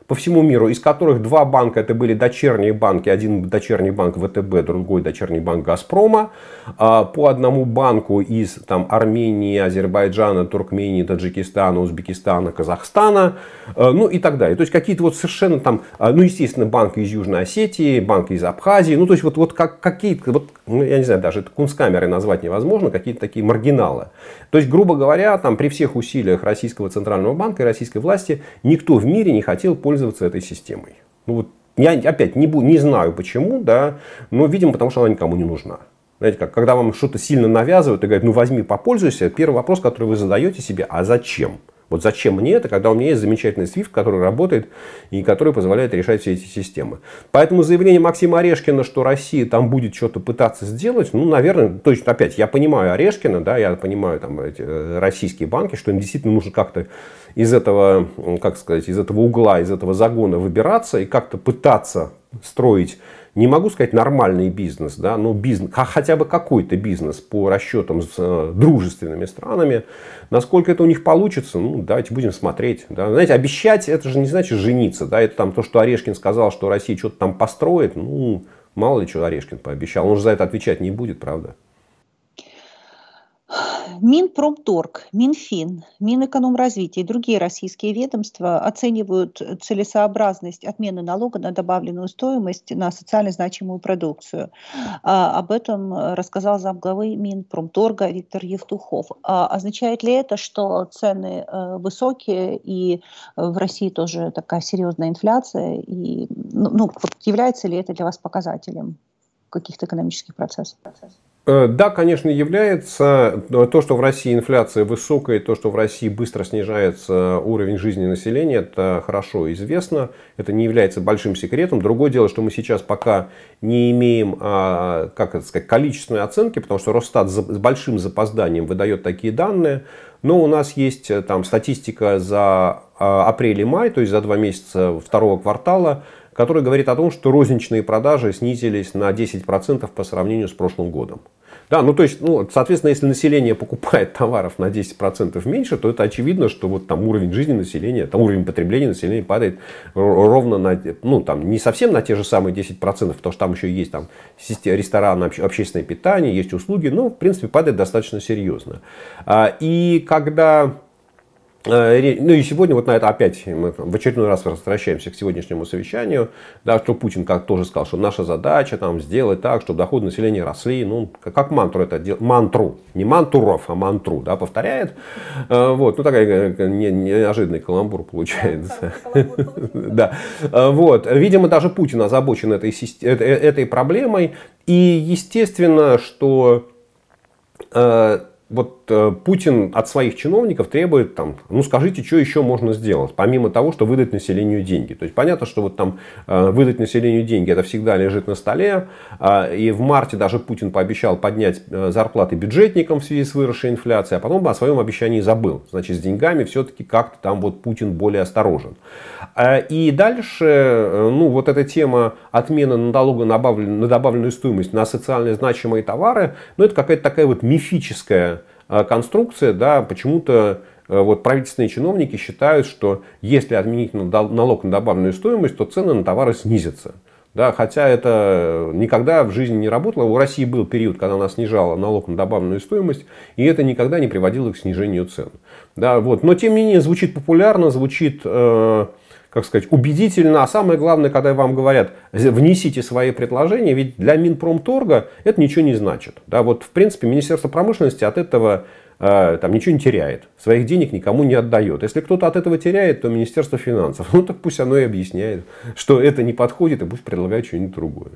по всему миру, из которых два банка это были дочерние банки. Один дочерний банк ВТБ, другой дочерний банк Газпрома. По одному банку из там, Армении, Азербайджана, Туркмении, Таджикистана, Узбекистана, Казахстана. Ну и так далее. То есть какие-то вот совершенно там, ну естественно, банк из Южной Осетии, банк из Абхазии. Ну то есть вот, вот как, какие-то, вот, ну, я не знаю, даже это кунсткамерой назвать невозможно, какие-то такие маргиналы. То есть, грубо говоря, там, при всех усилиях Российского Центрального банка и российской власти никто в мире не хотел пользоваться этой системой. Ну, вот, я опять не, не знаю почему, да, но, видимо, потому что она никому не нужна. Знаете, как, когда вам что-то сильно навязывают и говорят, ну возьми, попользуйся, первый вопрос, который вы задаете себе, а зачем? Вот зачем мне это, когда у меня есть замечательный свифт, который работает и который позволяет решать все эти системы. Поэтому заявление Максима Орешкина, что Россия там будет что-то пытаться сделать, ну, наверное, то есть, опять, я понимаю Орешкина, да, я понимаю там эти российские банки, что им действительно нужно как-то из этого, как сказать, из этого угла, из этого загона выбираться и как-то пытаться строить, не могу сказать нормальный бизнес, да, но бизнес, хотя бы какой-то бизнес по расчетам с э, дружественными странами. Насколько это у них получится, ну, давайте будем смотреть. Да. Знаете, обещать, это же не значит жениться. Да. Это там то, что Орешкин сказал, что Россия что-то там построит. Ну, мало ли что Орешкин пообещал. Он же за это отвечать не будет, правда. Минпромторг, Минфин, Минэкономразвитие и другие российские ведомства оценивают целесообразность отмены налога на добавленную стоимость на социально значимую продукцию. А, об этом рассказал замглавы Минпромторга Виктор Евтухов. А, означает ли это, что цены э, высокие и в России тоже такая серьезная инфляция? И, ну, ну, является ли это для вас показателем каких-то экономических процессов? Да, конечно, является. То, что в России инфляция высокая, то, что в России быстро снижается уровень жизни населения, это хорошо известно. Это не является большим секретом. Другое дело, что мы сейчас пока не имеем, как это сказать, количественной оценки, потому что Росстат с большим запозданием выдает такие данные. Но у нас есть там статистика за апрель и май, то есть за два месяца второго квартала, который говорит о том, что розничные продажи снизились на десять процентов по сравнению с прошлым годом. Да, ну то есть, ну, соответственно, если население покупает товаров на десять процентов меньше, то это очевидно, что вот там уровень жизни населения, там уровень потребления населения падает ровно на, ну там не совсем на те же самые десять процентов, потому что там еще есть там рестораны, общественное питание, есть услуги, но в принципе падает достаточно серьезно. И когда... Ну и сегодня вот на это опять мы в очередной раз возвращаемся к сегодняшнему совещанию, да, что Путин как тоже сказал, что наша задача там сделать так, чтобы доходы населения росли, ну как мантру это делает, мантру, не мантуров, а мантру, да, повторяет, вот, ну такая неожиданный каламбур получается, да, вот, видимо даже Путин озабочен этой этой проблемой и естественно, что вот э, Путин от своих чиновников требует, там, ну скажите, что еще можно сделать, помимо того, что выдать населению деньги. То есть понятно, что вот там э, выдать населению деньги, это всегда лежит на столе. Э, и в марте даже Путин пообещал поднять э, зарплаты бюджетникам в связи с выросшей инфляцией, а потом о своем обещании забыл. Значит, с деньгами все-таки как-то там вот Путин более осторожен. Э, и дальше, э, ну вот эта тема отмены налога на добавленную, на добавленную стоимость на социально значимые товары, ну это какая-то такая вот мифическая конструкция, да, почему-то вот правительственные чиновники считают, что если отменить налог на добавленную стоимость, то цены на товары снизятся. Да, хотя это никогда в жизни не работало. У России был период, когда она снижала налог на добавленную стоимость, и это никогда не приводило к снижению цен. Да, вот. Но тем не менее звучит популярно, звучит... Э, как сказать, убедительно. А самое главное, когда вам говорят, внесите свои предложения, ведь для Минпромторга это ничего не значит. Да, вот, в принципе, Министерство промышленности от этого э, там, ничего не теряет. Своих денег никому не отдает. Если кто-то от этого теряет, то Министерство финансов. Ну, так пусть оно и объясняет, что это не подходит, и пусть предлагает что-нибудь другое.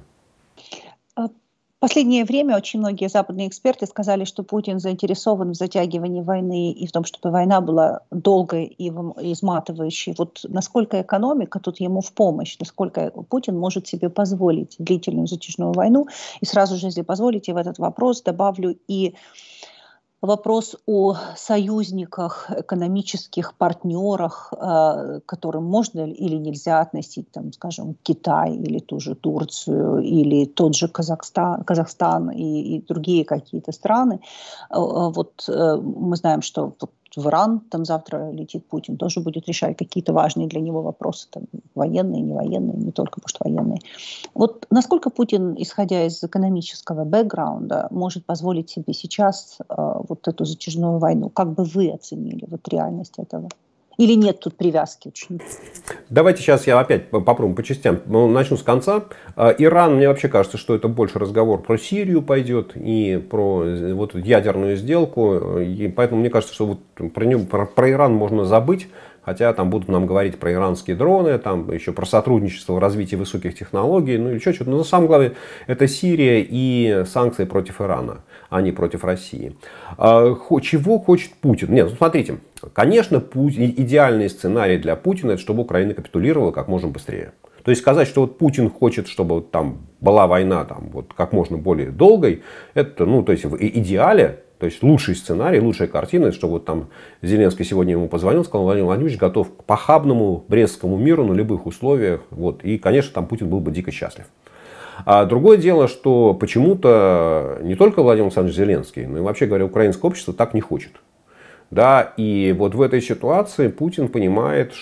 В последнее время очень многие западные эксперты сказали, что Путин заинтересован в затягивании войны и в том, чтобы война была долгой и изматывающей. Вот насколько экономика тут ему в помощь, насколько Путин может себе позволить длительную затяжную войну. И сразу же, если позволите, в этот вопрос добавлю и вопрос о союзниках, экономических партнерах, к которым можно или нельзя относить, там, скажем, Китай или ту же Турцию, или тот же Казахстан, Казахстан и, и другие какие-то страны. Вот мы знаем, что в Иран, там завтра летит Путин, тоже будет решать какие-то важные для него вопросы, там, военные, не военные, не только, может, военные. Вот насколько Путин, исходя из экономического бэкграунда, может позволить себе сейчас э, вот эту затяжную войну? Как бы вы оценили вот реальность этого? Или нет тут привязки очень? Давайте сейчас я опять попробую по частям. Начну с конца. Иран, мне вообще кажется, что это больше разговор про Сирию пойдет и про вот ядерную сделку. И поэтому мне кажется, что вот про, него, про, про Иран можно забыть. Хотя там будут нам говорить про иранские дроны, там еще про сотрудничество в развитии высоких технологий, ну или еще что-то. Но на самом деле это Сирия и санкции против Ирана, а не против России. А, чего хочет Путин? Нет, ну смотрите, конечно, Путин, идеальный сценарий для Путина, это чтобы Украина капитулировала как можно быстрее. То есть сказать, что вот Путин хочет, чтобы там была война там, вот, как можно более долгой, это, ну, то есть в идеале. То есть лучший сценарий, лучшая картина, что вот там Зеленский сегодня ему позвонил, сказал: Владимир Владимирович готов к похабному Брестскому миру на любых условиях. Вот. И, конечно, там Путин был бы дико счастлив. А другое дело, что почему-то не только Владимир Александрович Зеленский, но и вообще говоря, украинское общество так не хочет. Да, и вот в этой ситуации Путин понимает,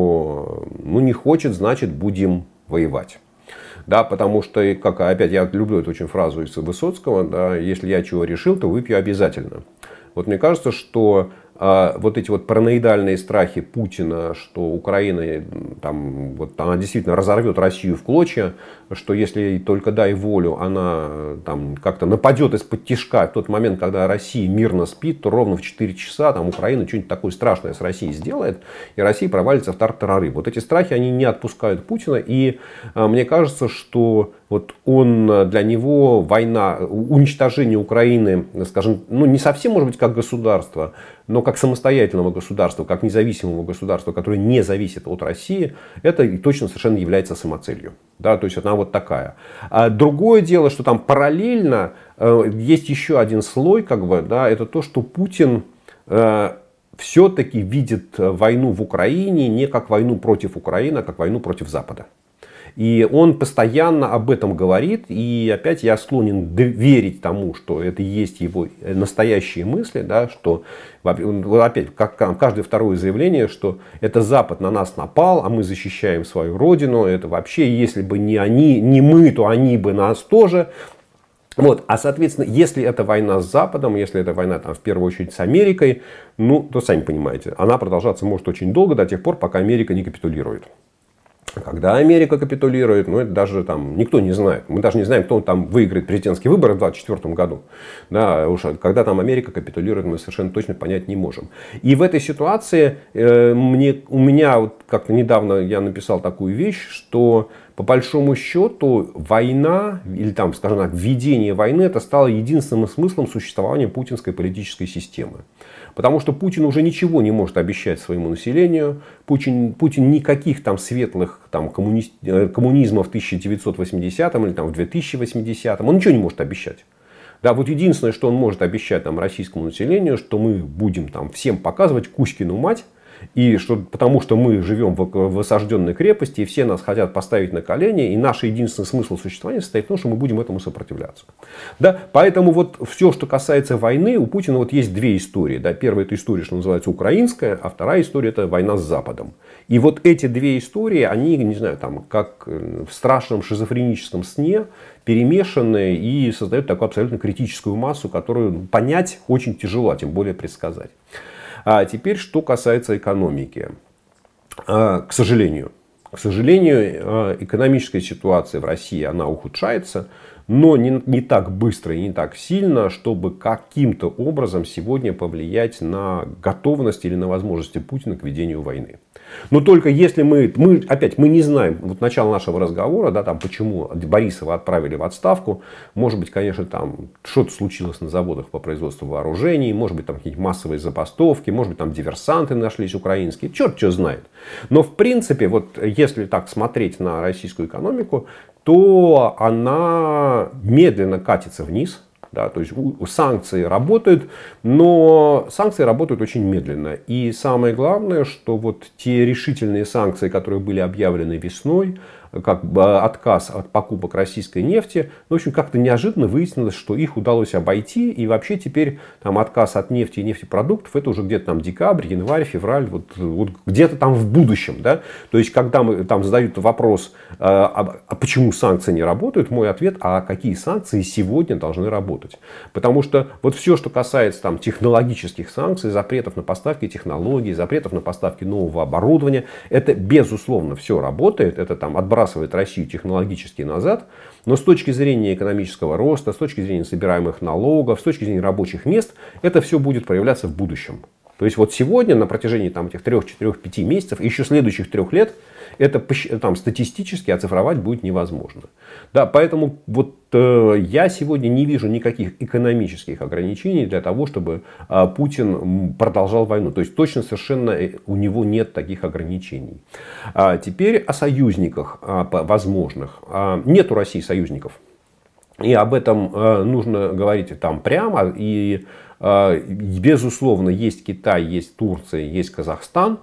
что ну, не хочет, значит будем воевать. Да, потому что, как опять, я люблю эту очень фразу из Высоцкого, да, если я чего решил, то выпью обязательно. Вот мне кажется, что а, вот эти вот параноидальные страхи Путина, что Украина там, вот, она действительно разорвет Россию в клочья, что если ей только дай волю, она там как-то нападет из-под тишка в тот момент, когда Россия мирно спит, то ровно в четыре часа там Украина что-нибудь такое страшное с Россией сделает, и Россия провалится в тартарары. Вот эти страхи, они не отпускают Путина, и а, мне кажется, что вот он, для него война, уничтожение Украины, скажем, ну не совсем может быть как государства, но как самостоятельного государства, как независимого государства, которое не зависит от России, это точно совершенно является самоцелью. Да, то есть она вот такая. А другое дело, что там параллельно э, есть еще один слой, как бы, да, это то, что Путин э, все-таки видит войну в Украине не как войну против Украины, а как войну против Запада. И он постоянно об этом говорит. И опять я склонен верить тому, что это и есть его настоящие мысли. Да, что опять как каждое второе заявление, что это Запад на нас напал, а мы защищаем свою родину. Это вообще, если бы не они, не мы, то они бы нас тоже. Вот. А соответственно, если это война с Западом, если это война там, в первую очередь с Америкой, ну, то сами понимаете, она продолжаться может очень долго, до тех пор, пока Америка не капитулирует. Когда Америка капитулирует, ну это даже там никто не знает. Мы даже не знаем, кто там выиграет президентские выборы в двадцать четвёртом году. Да, уж когда там Америка капитулирует, мы совершенно точно понять не можем. И в этой ситуации э, мне, у меня вот как-то недавно я написал такую вещь, что по большому счету война, или там, скажем так, введение войны, это стало единственным смыслом существования путинской политической системы. Потому что Путин уже ничего не может обещать своему населению. Путин, Путин никаких там светлых там, коммуни... коммунизма в тысяча девятьсот восьмидесятом или там, в две тысячи восьмидесятом. Он ничего не может обещать. Да, вот единственное, что он может обещать там, российскому населению, что мы будем там, всем показывать Кузькину мать. И что, потому что мы живем в, в осажденной крепости, и все нас хотят поставить на колени, и наш единственный смысл существования состоит в том, что мы будем этому сопротивляться. Да? Поэтому вот все, что касается войны, у Путина вот есть две истории. Да? Первая это история, что называется, украинская, а вторая история это война с Западом. И вот эти две истории, они, не знаю, там, как в страшном шизофреническом сне, перемешанные и создают такую абсолютно критическую массу, которую понять очень тяжело, а тем более предсказать. А теперь, что касается экономики. К сожалению, к сожалению, экономическая ситуация в России, она ухудшается, но не, не так быстро и не так сильно, чтобы каким-то образом сегодня повлиять на готовность или на возможности Путина к ведению войны. Но только если мы, мы опять, мы не знаем, вот начало нашего разговора, да, там, почему Борисова отправили в отставку, может быть, конечно, там что-то случилось на заводах по производству вооружений, может быть, там какие-нибудь массовые забастовки, может быть, там диверсанты нашлись украинские, черт что знает. Но, в принципе, вот если так смотреть на российскую экономику, то она медленно катится вниз. Да? То есть санкции работают, но санкции работают очень медленно. И самое главное, что вот те решительные санкции, которые были объявлены весной, как бы отказ от покупок российской нефти, ну, в общем, как-то неожиданно выяснилось, что их удалось обойти. И вообще теперь там отказ от нефти и нефтепродуктов, это уже где-то там декабрь, январь, февраль, вот, вот где-то там в будущем. Да? То есть, когда мы, там задают вопрос, а, а почему санкции не работают, мой ответ, а какие санкции сегодня должны работать. Потому что вот все, что касается там, технологических санкций, запретов на поставки технологий, запретов на поставки нового оборудования, это безусловно все работает. Это там отбрасывает Россию технологически назад, но с точки зрения экономического роста, с точки зрения собираемых налогов, с точки зрения рабочих мест, это все будет проявляться в будущем. То есть вот сегодня на протяжении там, этих трех, четырех, пяти месяцев, еще следующих трех лет, это там, статистически оцифровать будет невозможно. Да, поэтому вот, э, я сегодня не вижу никаких экономических ограничений для того, чтобы э, Путин продолжал войну. То есть точно совершенно у него нет таких ограничений. А теперь о союзниках э, возможных. А, нет у России союзников. И об этом э, нужно говорить там прямо. И э, безусловно есть Китай, есть Турция, есть Казахстан.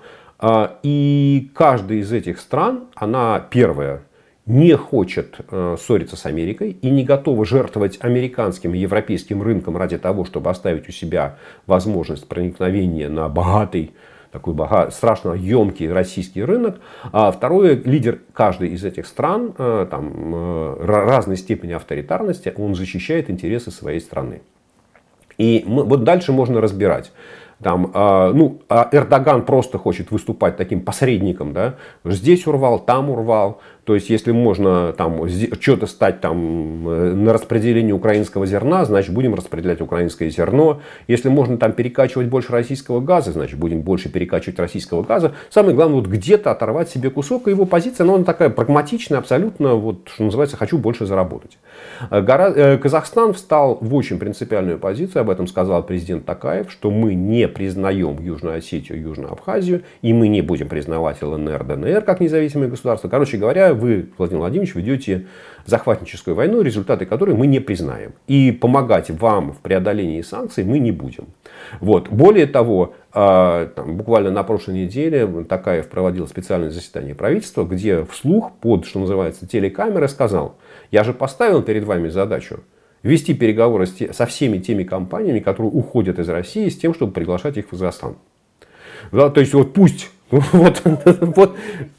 И каждая из этих стран, она первая, не хочет ссориться с Америкой и не готова жертвовать американским и европейским рынком ради того, чтобы оставить у себя возможность проникновения на богатый, такой богатый, страшно емкий российский рынок. А второе, лидер каждой из этих стран, там, разной степени авторитарности, он защищает интересы своей страны. И мы, вот дальше можно разбирать. Там, э, ну, Эрдоган просто хочет выступать таким посредником, да? Здесь урвал, там урвал. То есть, если можно там, что-то стать там, на распределении украинского зерна, значит, будем распределять украинское зерно. Если можно там, перекачивать больше российского газа, значит, будем больше перекачивать российского газа. Самое главное, вот где-то оторвать себе кусок. И его позиция, ну, она такая прагматичная, абсолютно, вот, что называется, хочу больше заработать. Гора... Казахстан встал в очень принципиальную позицию, об этом сказал президент Токаев, что мы не признаем Южную Осетию, Южную Абхазию, и мы не будем признавать ЛНР, ДНР как независимые государства. Короче говоря, вы, Владимир Владимирович, ведете захватническую войну, результаты которой мы не признаем. И помогать вам в преодолении санкций мы не будем. Вот. Более того, там, буквально на прошлой неделе Токаев проводил специальное заседание правительства, где вслух под, что называется, телекамерой сказал: я же поставил перед вами задачу вести переговоры со всеми теми компаниями, которые уходят из России, с тем, чтобы приглашать их в Казахстан. Да, то есть вот пусть... Вот, вот,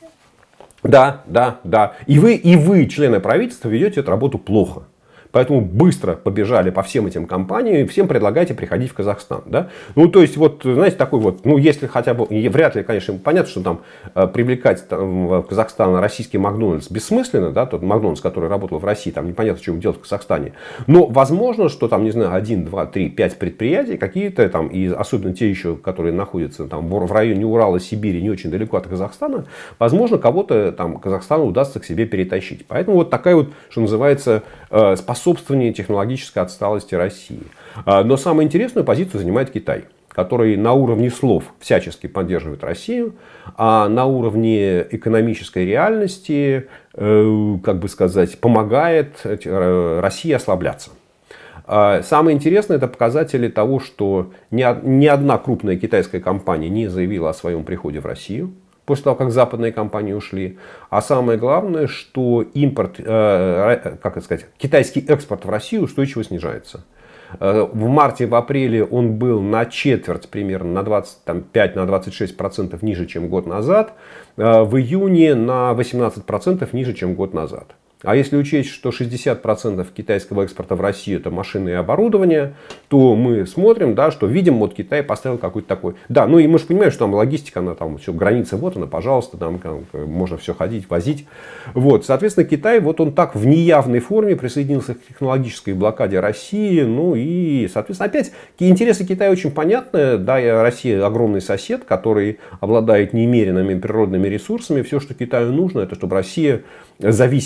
да, да, да. И вы, и вы, члены правительства, ведете эту работу плохо. Поэтому быстро побежали по всем этим компаниям и всем предлагайте приходить в Казахстан. Да? Ну, то есть, вот, знаете, такой вот, ну, если хотя бы, вряд ли, конечно, понятно, что там э, привлекать там, в Казахстан российский Макдональдс бессмысленно, да, тот Макдональдс, который работал в России, там непонятно, что ему делать в Казахстане. Но возможно, что там, не знаю, один, два, три, пять предприятий какие-то там, и особенно те еще, которые находятся там в районе Урала, Сибири, не очень далеко от Казахстана, возможно, кого-то там Казахстану удастся к себе перетащить. Поэтому вот такая вот, что называется, э, способность собственной технологической отсталости России. Но самую интересную позицию занимает Китай, который на уровне слов всячески поддерживает Россию, а на уровне экономической реальности, как бы сказать, помогает России ослабляться. Самое интересное — это показатели того, что ни одна крупная китайская компания не заявила о своем приходе в Россию после того, как западные компании ушли. А самое главное, что импорт, э, как это сказать, китайский экспорт в Россию устойчиво снижается. Э, в марте, в апреле он был на четверть, примерно на двадцать пять на двадцать шесть процентов ниже, чем год назад. Э, в июне на восемнадцать процентов ниже, чем год назад. А если учесть, что шестьдесят процентов китайского экспорта в Россию это машины и оборудование, то мы смотрим, да, что видим, вот Китай поставил какой-то такой. Да, ну и мы же понимаем, что там логистика, она там все, граница вот она, пожалуйста, там можно все ходить, возить. Вот, соответственно, Китай, вот он так в неявной форме присоединился к технологической блокаде России. Ну и, соответственно, опять интересы Китая очень понятны. Да, Россия огромный сосед, который обладает немеренными природными ресурсами. Все, что Китаю нужно, это чтобы Россия зависела от Китая.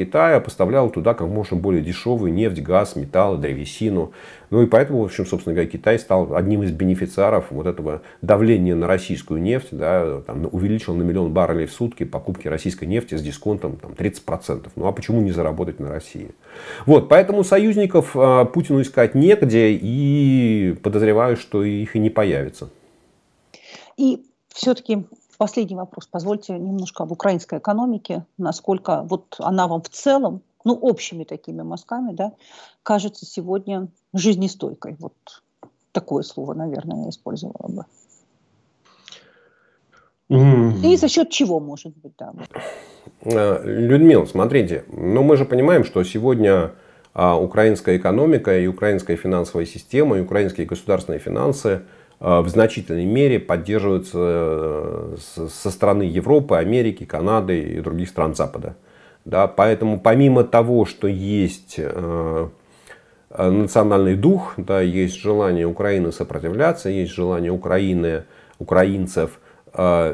Китая, поставляла туда как можно более дешевую нефть, газ, металлы, древесину. Ну и поэтому, в общем, собственно говоря, Китай стал одним из бенефициаров вот этого давления на российскую нефть, да, там, увеличил на миллион баррелей в сутки покупки российской нефти с дисконтом там, тридцать процентов. Ну а почему не заработать на России? Вот, поэтому союзников э, Путину искать негде, и подозреваю, что их и не появится. И все-таки последний вопрос. Позвольте немножко об украинской экономике. Насколько вот она вам в целом, ну, общими такими мазками, да, кажется сегодня жизнестойкой. Вот такое слово, наверное, я использовала бы. Mm. И за счет чего, может быть, да. Людмила, смотрите, ну мы же понимаем, что сегодня а, украинская экономика и украинская финансовая система, и украинские государственные финансы а, в значительной мере поддерживаются со стороны Европы, Америки, Канады и других стран Запада. Да, поэтому помимо того, что есть а, национальный дух, да, есть желание Украины сопротивляться, есть желание Украины, украинцев а,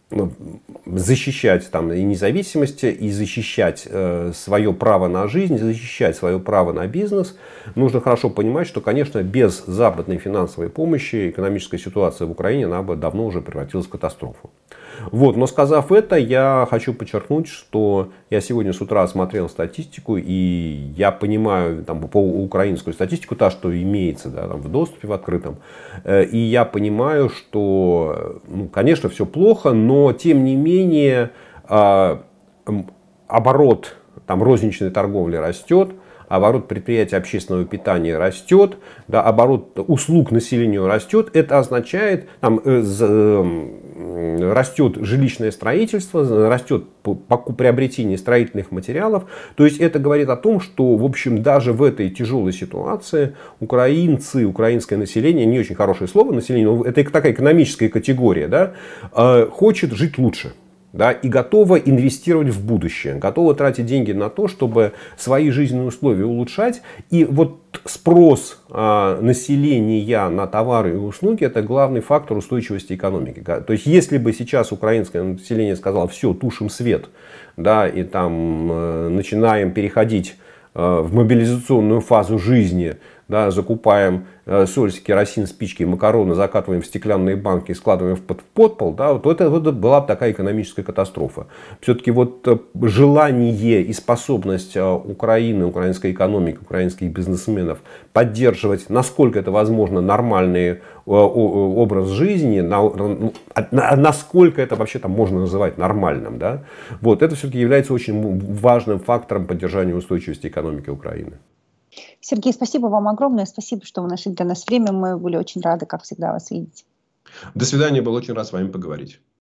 защищать там и независимость, и защищать э, свое право на жизнь, защищать свое право на бизнес, нужно хорошо понимать, что, конечно, без западной финансовой помощи экономическая ситуация в Украине, она бы давно уже превратилась в катастрофу. Вот, но сказав это, я хочу подчеркнуть, что я сегодня с утра смотрел статистику, и я понимаю там, по украинскую статистику, та, что имеется, да, там, в доступе в открытом, э, и я понимаю, что, ну, конечно, все плохо, но тем не менее э, оборот там, розничной торговли растет, оборот предприятий общественного питания растет, да, оборот услуг населению растет. Это означает, там, э, э, растет жилищное строительство, растет приобретение строительных материалов. То есть это говорит о том, что в общем, даже в этой тяжелой ситуации украинцы, украинское население, не очень хорошее слово население, но это такая экономическая категория, да, э, хочет жить лучше. Да, и готова инвестировать в будущее, готова тратить деньги на то, чтобы свои жизненные условия улучшать. И вот спрос а, населения на товары и услуги — это главный фактор устойчивости экономики. То есть, если бы сейчас украинское население сказало: все, тушим свет, да, и там э, начинаем переходить э, в мобилизационную фазу жизни, да, закупаем э, соль, керосин, спички, макароны, закатываем в стеклянные банки и складываем в под, подпол, да, вот это, вот это была бы такая экономическая катастрофа. Все-таки вот желание и способность Украины, украинской экономики, украинских бизнесменов поддерживать, насколько это возможно, нормальный э, образ жизни, на, на, насколько это вообще там можно называть нормальным, да, вот, это все-таки является очень важным фактором поддержания устойчивости экономики Украины. Сергей, спасибо вам огромное. Спасибо, что вы нашли для нас время. Мы были очень рады, как всегда, вас видеть. До свидания. Был очень рад с вами поговорить.